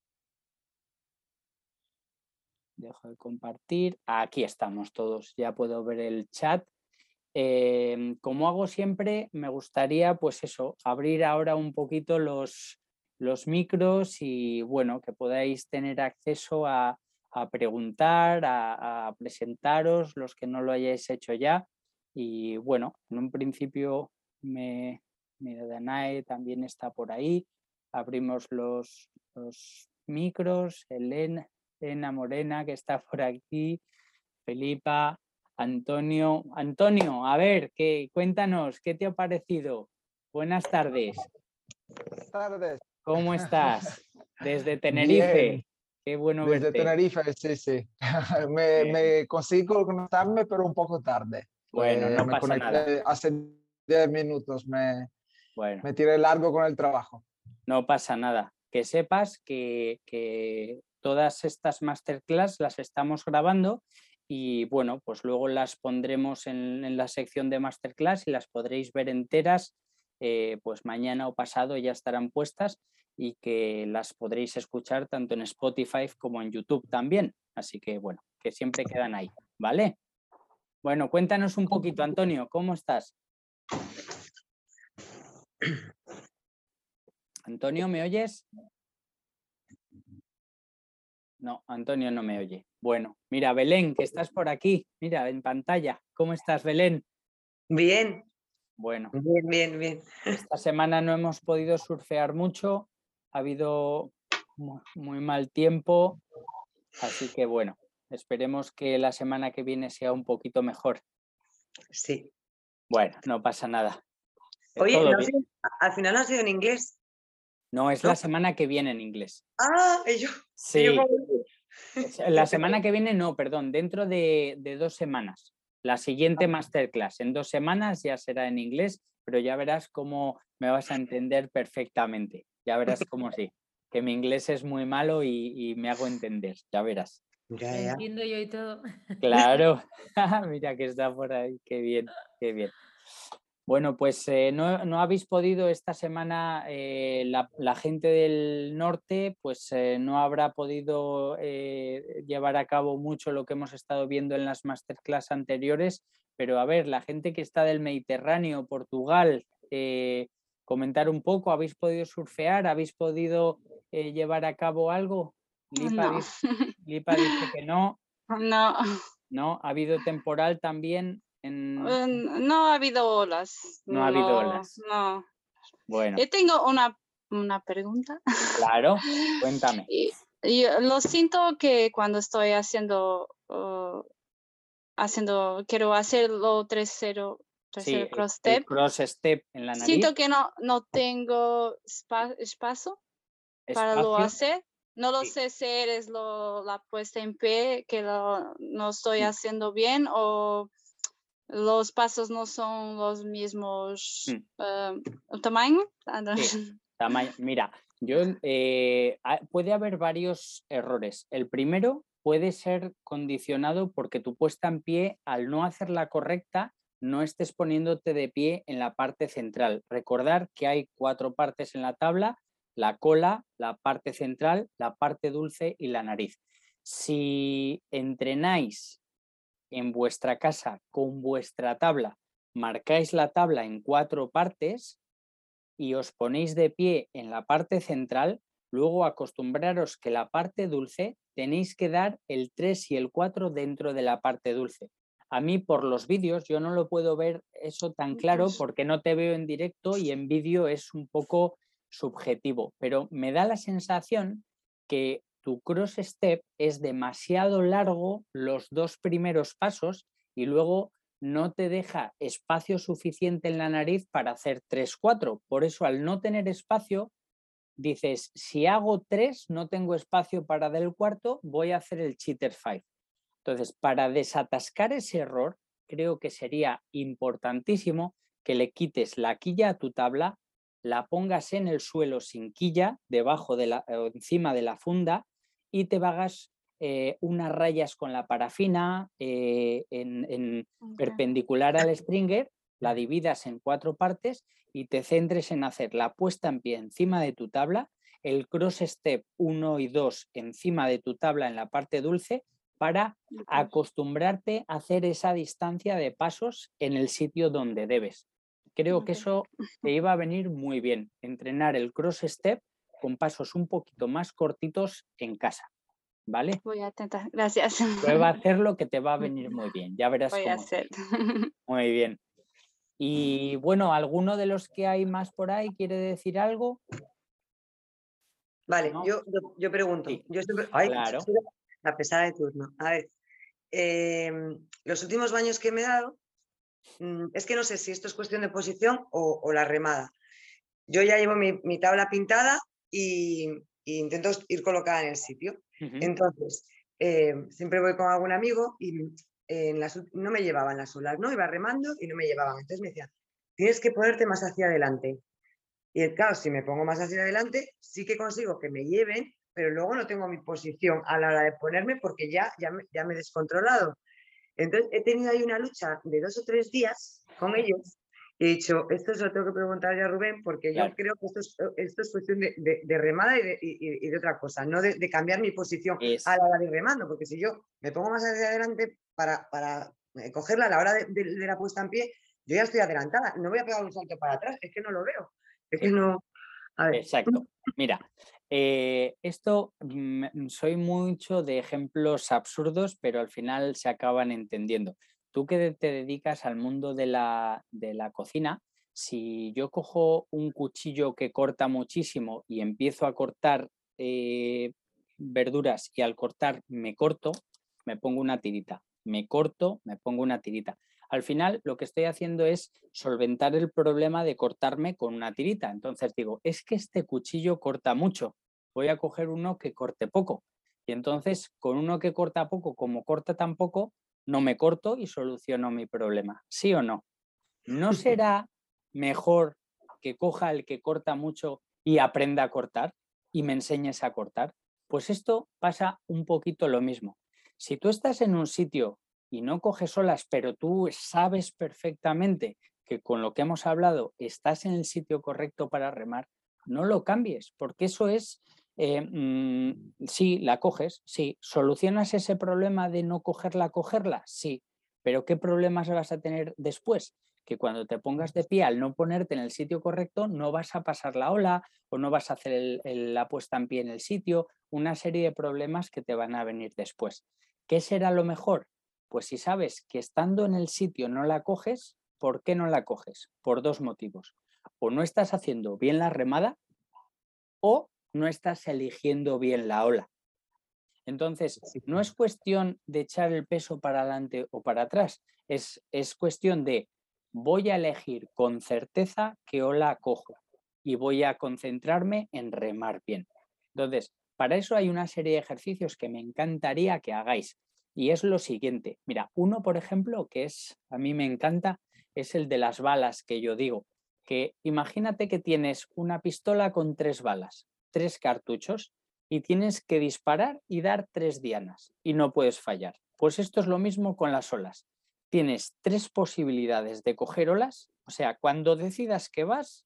Dejo de compartir. Aquí estamos todos. Ya puedo ver el chat. Eh, como hago siempre, me gustaría, pues eso, abrir ahora un poquito los, los micros y bueno, que podáis tener acceso a, a preguntar, a, a presentaros, los que no lo hayáis hecho ya. Y bueno, en un principio, me, mira, Danae también está por ahí. Abrimos los, los micros. Elena. Elena Morena, que está por aquí, Felipa, Antonio. Antonio, a ver, ¿qué, cuéntanos, ¿qué te ha parecido? Buenas tardes. Buenas tardes. ¿Cómo estás? Desde Tenerife. Bien. Qué bueno Desde verte. Tenerife, sí, sí. me, me conseguí conectarme, pero un poco tarde. Bueno, Pues no me pasa nada. conecté hace diez minutos, me, bueno. me tiré largo con el trabajo. No pasa nada. Que sepas que, que todas estas masterclass las estamos grabando y bueno, pues luego las pondremos en, en la sección de masterclass y las podréis ver enteras, eh, pues mañana o pasado ya estarán puestas y que las podréis escuchar tanto en Spotify como en YouTube también. Así que bueno, que siempre quedan ahí, ¿vale? Bueno, cuéntanos un poquito, Antonio, ¿cómo estás? Antonio, ¿me oyes? No, Antonio no me oye. Bueno, mira, Belén, que estás por aquí, mira, en pantalla. ¿Cómo estás, Belén? Bien. Bueno. Bien, bien, bien. Esta semana no hemos podido surfear mucho, ha habido muy mal tiempo, así que bueno, esperemos que la semana que viene sea un poquito mejor. Sí. Bueno, no pasa nada. Oye, Todo no bien. sé, al final no ha sido en inglés. No, es ¿no? la semana que viene en inglés. Ah, y yo. Sí. Y yo La semana que viene no, perdón, dentro de, de dos semanas. La siguiente Ah. masterclass en dos semanas ya será en inglés, pero ya verás cómo me vas a entender perfectamente. Ya verás cómo sí, que mi inglés es muy malo y, y me hago entender, ya verás. Ya, Lo ya. entiendo yo y todo. Claro, mira que está por ahí, qué bien, qué bien. Bueno, pues eh, no, no habéis podido esta semana, eh, la, la gente del norte, pues eh, no habrá podido eh, llevar a cabo mucho lo que hemos estado viendo en las masterclass anteriores, pero a ver, la gente que está del Mediterráneo, Portugal, eh, comentar un poco, ¿habéis podido surfear? ¿Habéis podido eh, llevar a cabo algo? Lipa, No. dice, Lipa dice que no. No. ¿No? ¿Ha habido temporal también? En... Eh, no ha habido olas. No ha habido olas. No. Bueno. Yo tengo una, una pregunta. Claro, cuéntame. Y, y lo siento que cuando estoy haciendo, uh, haciendo, quiero hacerlo tercero, tercero Sí, cross el step. cross step en la nariz. Siento que no, no tengo spa, espacio para lo Espacio. hacer. No lo Sí. sé si es lo, la puesta en pie que lo, no estoy Mm. haciendo bien o los pasos no son los mismos Mm. uh, tamaño. Sí, tamaño. Mira, yo eh, puede haber varios errores. El primero puede ser condicionado porque tu puesta en pie, al no hacerla correcta, no estés poniéndote de pie en la parte central. Recordar que hay cuatro partes en la tabla: la cola, la parte central, la parte dulce y la nariz. Si entrenáis en vuestra casa con vuestra tabla, marcáis la tabla en cuatro partes, y os ponéis de pie en la parte central, luego acostumbraros que la parte dulce tenéis que dar el tres y el cuatro dentro de la parte dulce. A mí por los vídeos yo no lo puedo ver eso tan claro porque no te veo en directo y en vídeo es un poco subjetivo, pero me da la sensación que tu cross step es demasiado largo los dos primeros pasos y luego no te deja espacio suficiente en la nariz para hacer tres cuatro. Por eso al no tener espacio dices, si hago tres no tengo espacio para dar el cuarto, voy a hacer el cheater cinco. Entonces, para desatascar ese error, creo que sería importantísimo que le quites la quilla a tu tabla, la pongas en el suelo sin quilla, debajo de la, o encima de la funda, y te hagas eh, unas rayas con la parafina eh, en, en Ok. perpendicular al stringer, la dividas en cuatro partes y te centres en hacer la puesta en pie encima de tu tabla, el cross step uno y dos encima de tu tabla en la parte dulce, para Ok. acostumbrarte a hacer esa distancia de pasos en el sitio donde debes. Creo que Ok. eso te iba a venir muy bien, entrenar el cross step con pasos un poquito más cortitos en casa, ¿vale? Voy a intentar. Gracias. Prueba a hacerlo que te va a venir muy bien, ya verás Voy a cómo te hacer. viene. Muy bien. Y bueno, ¿alguno de los que hay más por ahí quiere decir algo? Vale, ¿No? yo, yo, yo pregunto. Sí, Yo siempre, ay, claro. soy la pesada de turno. A ver, eh, los últimos baños que me he dado, mm, es que no sé si esto es cuestión de posición o, o la remada. Yo ya llevo mi, mi tabla pintada y, y intento ir colocada en el sitio. Ujú. Entonces, eh, siempre voy con algún amigo y en las, no me llevaban las olas, ¿no? Iba remando y no me llevaban. Entonces me decían, tienes que ponerte más hacia adelante. Y claro, si me pongo más hacia adelante, sí que consigo que me lleven, pero luego no tengo mi posición a la hora de ponerme porque ya, ya, me, ya me he descontrolado. Entonces he tenido ahí una lucha de dos o tres días con ellos y he dicho, esto se lo tengo que preguntar ya a Rubén porque Claro. yo creo que esto es, esto es cuestión de, de, de remada y de, y, y de otra cosa, no de, de cambiar mi posición Es, a la hora de remando, porque si yo me pongo más hacia adelante para, para cogerla a la hora de, de, de la puesta en pie, yo ya estoy adelantada, no voy a pegar un salto para atrás, es que no lo veo, es que sí. no... A ver. Exacto. Mira, eh, esto mm, soy mucho de ejemplos absurdos, pero al final se acaban entendiendo. Tú que te dedicas al mundo de la, de la cocina, si yo cojo un cuchillo que corta muchísimo y empiezo a cortar eh, verduras y al cortar me corto, me pongo una tirita. Me corto, me pongo una tirita. Al final lo que estoy haciendo es solventar el problema de cortarme con una tirita. Entonces digo, es que este cuchillo corta mucho, voy a coger uno que corte poco. Y entonces con uno que corta poco, como corta tan poco, no me corto y soluciono mi problema. ¿Sí o no? ¿No será mejor que coja el que corta mucho y aprenda a cortar y me enseñes a cortar? Pues esto pasa un poquito lo mismo. Si tú estás en un sitio y no coges olas, pero tú sabes perfectamente que con lo que hemos hablado estás en el sitio correcto para remar, no lo cambies, porque eso es, eh, mmm, sí, la coges, sí, ¿solucionas ese problema de no cogerla, cogerla? Sí, pero ¿qué problemas vas a tener después? Que cuando te pongas de pie, al no ponerte en el sitio correcto, no vas a pasar la ola o no vas a hacer el, el, la puesta en pie en el sitio, una serie de problemas que te van a venir después. ¿Qué será lo mejor? Pues si sabes que estando en el sitio no la coges, ¿por qué no la coges? Por dos motivos. O no estás haciendo bien la remada o no estás eligiendo bien la ola. Entonces, no es cuestión de echar el peso para adelante o para atrás, es, es cuestión de voy a elegir con certeza qué ola cojo y voy a concentrarme en remar bien. Entonces, para eso hay una serie de ejercicios que me encantaría que hagáis. Y es lo siguiente. Mira, uno, por ejemplo, que es a mí me encanta, es el de las balas que yo digo. Que imagínate que tienes una pistola con tres balas, tres cartuchos, y tienes que disparar y dar tres dianas y no puedes fallar. Pues esto es lo mismo con las olas. Tienes tres posibilidades de coger olas, o sea, cuando decidas que vas,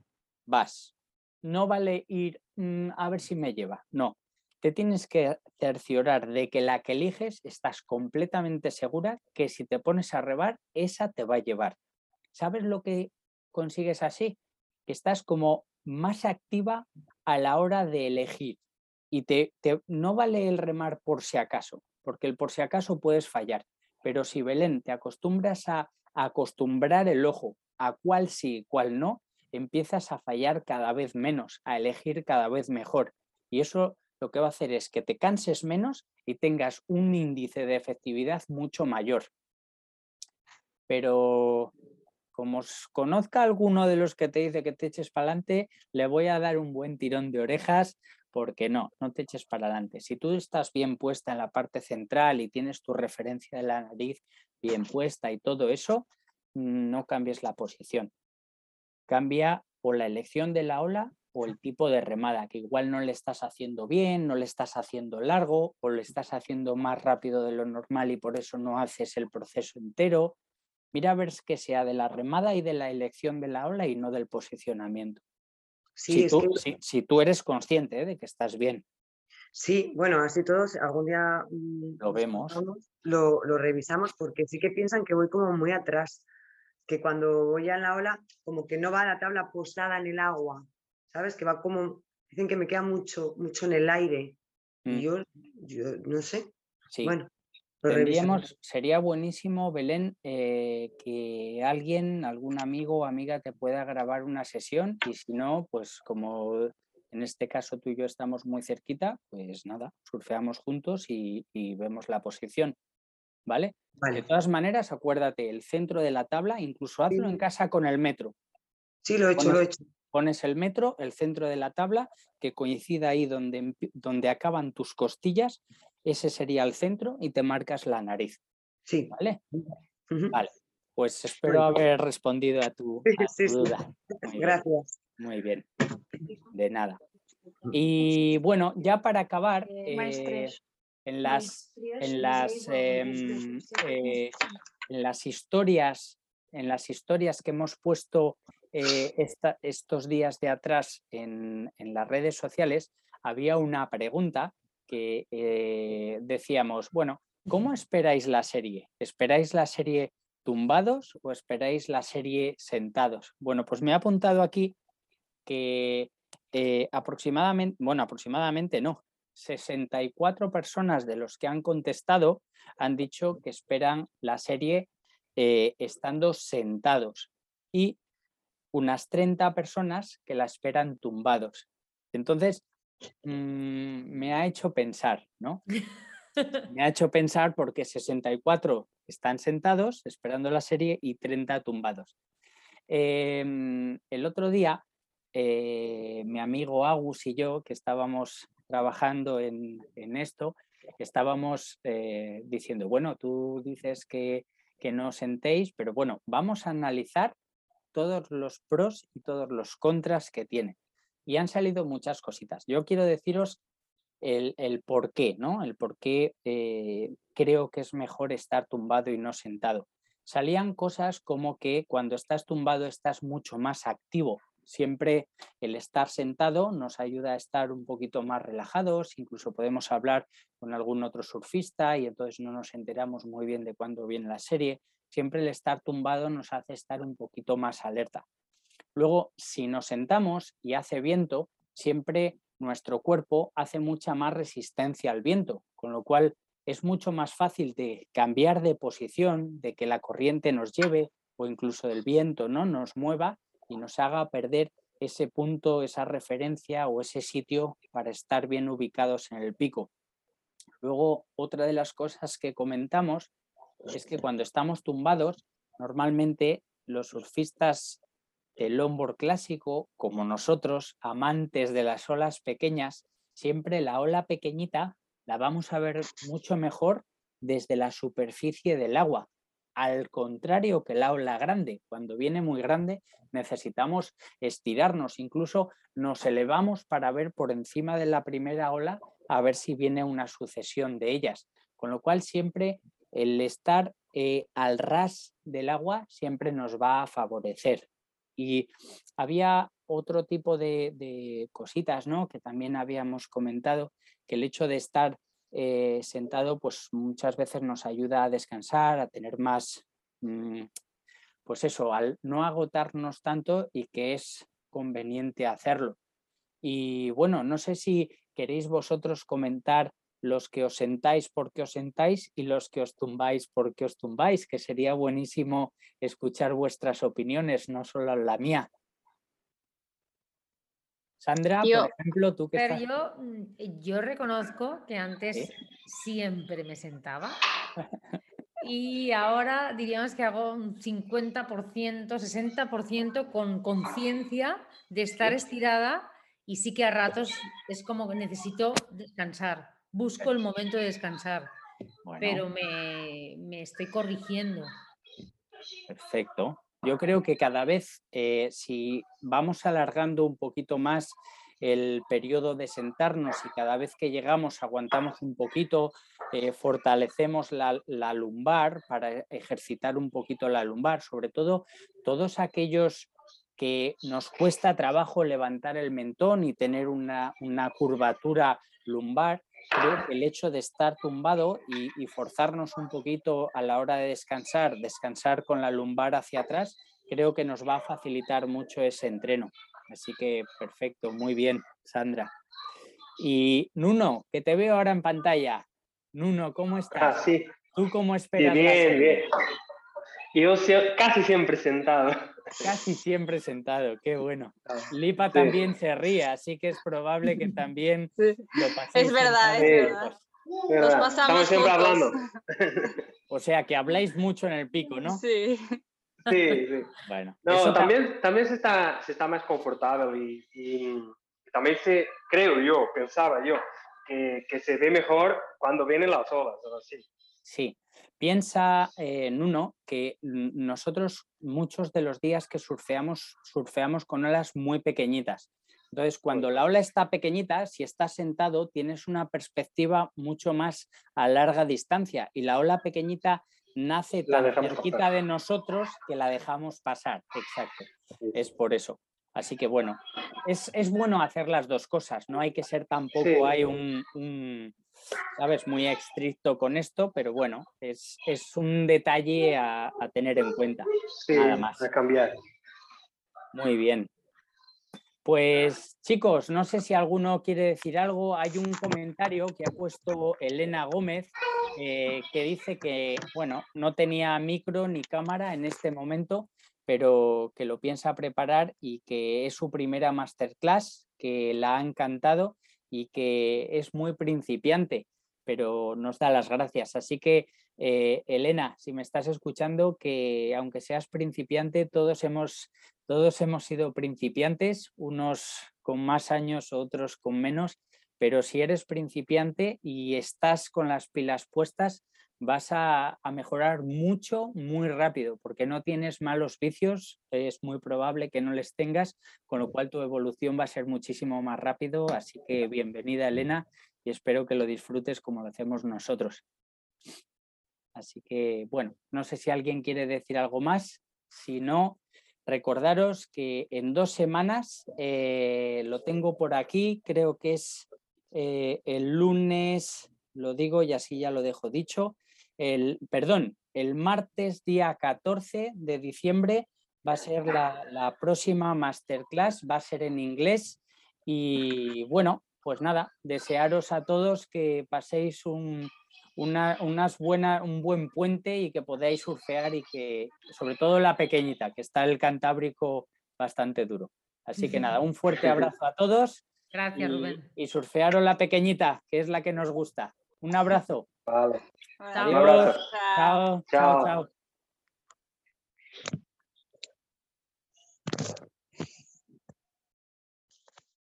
vas. No vale ir mmm, a ver si me lleva, no. Te tienes que cerciorar de que la que eliges estás completamente segura que si te pones a rebar, esa te va a llevar. ¿Sabes lo que consigues así? que estás como más activa a la hora de elegir. Y te, te, no vale el remar por si acaso, porque el por si acaso puedes fallar. Pero si, Belén, te acostumbras a, a acostumbrar el ojo a cuál sí y cuál no, empiezas a fallar cada vez menos, a elegir cada vez mejor. Y eso lo que va a hacer es que te canses menos y tengas un índice de efectividad mucho mayor. Pero como os conozca alguno de los que te dice que te eches para adelante, le voy a dar un buen tirón de orejas, porque no, no te eches para adelante. Si tú estás bien puesta en la parte central y tienes tu referencia de la nariz bien puesta y todo eso, no cambies la posición. Cambia o la elección de la ola o el tipo de remada, que igual no le estás haciendo bien, no le estás haciendo largo o le estás haciendo más rápido de lo normal y por eso no haces el proceso entero. Mira a ver que sea de la remada y de la elección de la ola y no del posicionamiento. Sí, si, es tú, que... si, si tú eres consciente, ¿eh?, de que estás bien. Sí, bueno, así todos, algún día mmm, Lo vemos. Lo, lo revisamos, porque sí que piensan que voy como muy atrás, que cuando voy a la ola, como que no va la tabla posada en el agua, ¿sabes? Que va como, dicen que me queda mucho, mucho en el aire. Mm. Y yo, yo no sé. Sí. Bueno, lo Tendríamos, revisamos. sería buenísimo, Belén, eh, que alguien, algún amigo o amiga te pueda grabar una sesión, y si no, pues como en este caso tú y yo estamos muy cerquita, pues nada, surfeamos juntos y, y vemos la posición, ¿vale? Vale. De todas maneras, acuérdate, el centro de la tabla, incluso hazlo Sí. en casa con el metro. Sí, lo he hecho, Pones, lo he hecho. Pones el metro, el centro de la tabla, que coincida ahí donde, donde acaban tus costillas, ese sería el centro, y te marcas la nariz. Sí. ¿Vale? Uh-huh. Vale, pues espero Bueno. haber respondido a tu, a tu Sí, sí. duda. Muy Gracias. Bien, muy bien, de nada. Y bueno, ya para acabar, eh, en las, en las, eh, eh, en las historias, en las historias que hemos puesto eh, esta, estos días de atrás en, en las redes sociales, había una pregunta que eh, decíamos, bueno, ¿cómo esperáis la serie? ¿Esperáis la serie tumbados o esperáis la serie sentados? Bueno, pues me he apuntado aquí que eh, aproximadamente, bueno, aproximadamente no, sesenta y cuatro personas de los que han contestado han dicho que esperan la serie eh, estando sentados, y unas treinta personas que la esperan tumbados. Entonces, mmm, me ha hecho pensar, ¿no? Me ha hecho pensar porque sesenta y cuatro están sentados esperando la serie y treinta tumbados. Eh, el otro día, eh, mi amigo Agus y yo, que estábamos trabajando en, en esto, estábamos eh, diciendo, bueno, tú dices que, que no os sentéis, pero bueno, vamos a analizar todos los pros y todos los contras que tiene. Y han salido muchas cositas. Yo quiero deciros el, el por qué, ¿no? El por qué eh, creo que es mejor estar tumbado y no sentado. Salían cosas como que cuando estás tumbado estás mucho más activo. Siempre el estar sentado nos ayuda a estar un poquito más relajados, incluso podemos hablar con algún otro surfista y entonces no nos enteramos muy bien de cuándo viene la serie. Siempre el estar tumbado nos hace estar un poquito más alerta. Luego, si nos sentamos y hace viento, siempre nuestro cuerpo hace mucha más resistencia al viento, con lo cual es mucho más fácil de cambiar de posición, de que la corriente nos lleve o incluso el viento, ¿no?, nos mueva y nos haga perder ese punto, esa referencia o ese sitio para estar bien ubicados en el pico. Luego, otra de las cosas que comentamos es que cuando estamos tumbados, normalmente los surfistas del longboard clásico, como nosotros, amantes de las olas pequeñas, siempre la ola pequeñita la vamos a ver mucho mejor desde la superficie del agua. Al contrario que la ola grande, cuando viene muy grande necesitamos estirarnos, incluso nos elevamos para ver por encima de la primera ola a ver si viene una sucesión de ellas. Con lo cual siempre el estar eh, al ras del agua siempre nos va a favorecer. Y había otro tipo de, de cositas, ¿no?, que también habíamos comentado, que el hecho de estar eh, sentado pues muchas veces nos ayuda a descansar, a tener más, mmm, pues eso, al no agotarnos tanto, y que es conveniente hacerlo. Y bueno, no sé si queréis vosotros comentar los que os sentáis porque os sentáis y los que os tumbáis porque os tumbáis, que sería buenísimo escuchar vuestras opiniones, no solo la mía. Sandra, Yo- por ejemplo, tú que Pero estás... yo, mm, yo reconozco que antes ¿Sí? siempre me sentaba y ahora diríamos que hago un cincuenta por ciento, sesenta por ciento con conciencia de estar Sí. estirada y sí que a ratos es como que necesito descansar, busco el momento de descansar, Bueno, pero me, me estoy corrigiendo. perfecto. Yo creo que cada vez, eh, si vamos alargando un poquito más el periodo de sentarnos y cada vez que llegamos aguantamos un poquito, eh, fortalecemos la, la lumbar para ejercitar un poquito la lumbar, sobre todo todos aquellos que nos cuesta trabajo levantar el mentón y tener una, una curvatura lumbar. Creo que el hecho de estar tumbado y, y forzarnos un poquito a la hora de descansar, descansar con la lumbar hacia atrás, creo que nos va a facilitar mucho ese entreno. Así que perfecto, muy bien, Sandra. Y Nuno, que te veo ahora en pantalla. Nuno, ¿cómo estás? Ah, sí. ¿Tú cómo Sí, esperas la bien, serie? bien. Yo sie- casi siempre sentado. Casi siempre sentado, qué bueno. Ah, Lipa sí. también se ríe, así que es probable que también Sí. lo paséis Es verdad, sentados es Sí. los verdad. dos. Es Nos verdad. pasamos Estamos siempre juntos. hablando. O sea, que habláis mucho en el pico, ¿no? Sí. Sí, sí. Bueno, No, eso ta- también, también se, está, se está más confortable y, y también se, creo yo, pensaba yo, que, que se ve mejor cuando vienen las olas, ¿no? Sí. Sí, piensa, eh, Nuno, que mm, nosotros muchos de los días que surfeamos, surfeamos con olas muy pequeñitas. Entonces, cuando la ola está pequeñita, si estás sentado, tienes una perspectiva mucho más a larga distancia y la ola pequeñita nace La tan dejamos cerquita pasar. de nosotros que la dejamos pasar. Exacto, Sí. es por eso. Así que bueno, es, es bueno hacer las dos cosas, no hay que ser tampoco, Sí. hay un, un, ¿sabes?, muy estricto con esto, pero bueno, es, es un detalle a, a tener en cuenta, Sí, nada más. a cambiar. Muy bien. Pues chicos, no sé si alguno quiere decir algo. Hay un comentario que ha puesto Elena Gómez eh, que dice que, bueno, no tenía micro ni cámara en este momento, pero que lo piensa preparar y que es su primera masterclass, que la ha encantado y que es muy principiante, pero nos da las gracias. Así que, eh, Elena, si me estás escuchando, que aunque seas principiante, todos hemos... Todos hemos sido principiantes, unos con más años, otros con menos, pero si eres principiante y estás con las pilas puestas, vas a, a mejorar mucho, muy rápido, porque no tienes malos vicios, es muy probable que no les tengas, con lo cual tu evolución va a ser muchísimo más rápido. Así que bienvenida, Elena, y espero que lo disfrutes como lo hacemos nosotros. Así que, bueno, no sé si alguien quiere decir algo más, si no... Recordaros que en dos semanas, eh, lo tengo por aquí, creo que es eh, el lunes, lo digo y así ya lo dejo dicho, el, perdón, el martes día catorce de diciembre va a ser la, la próxima masterclass, va a ser en inglés y bueno, pues nada, desearos a todos que paséis un... Una, unas buena, un buen puente y que podáis surfear y que, sobre todo la pequeñita, que está el Cantábrico bastante duro. Así que nada, un fuerte abrazo a todos. Gracias, y, Rubén. y surfearos la pequeñita, que es la que nos gusta. Un abrazo. Vale. Chao. Un abrazo. Adiós. Chao, chao, Chao. chao.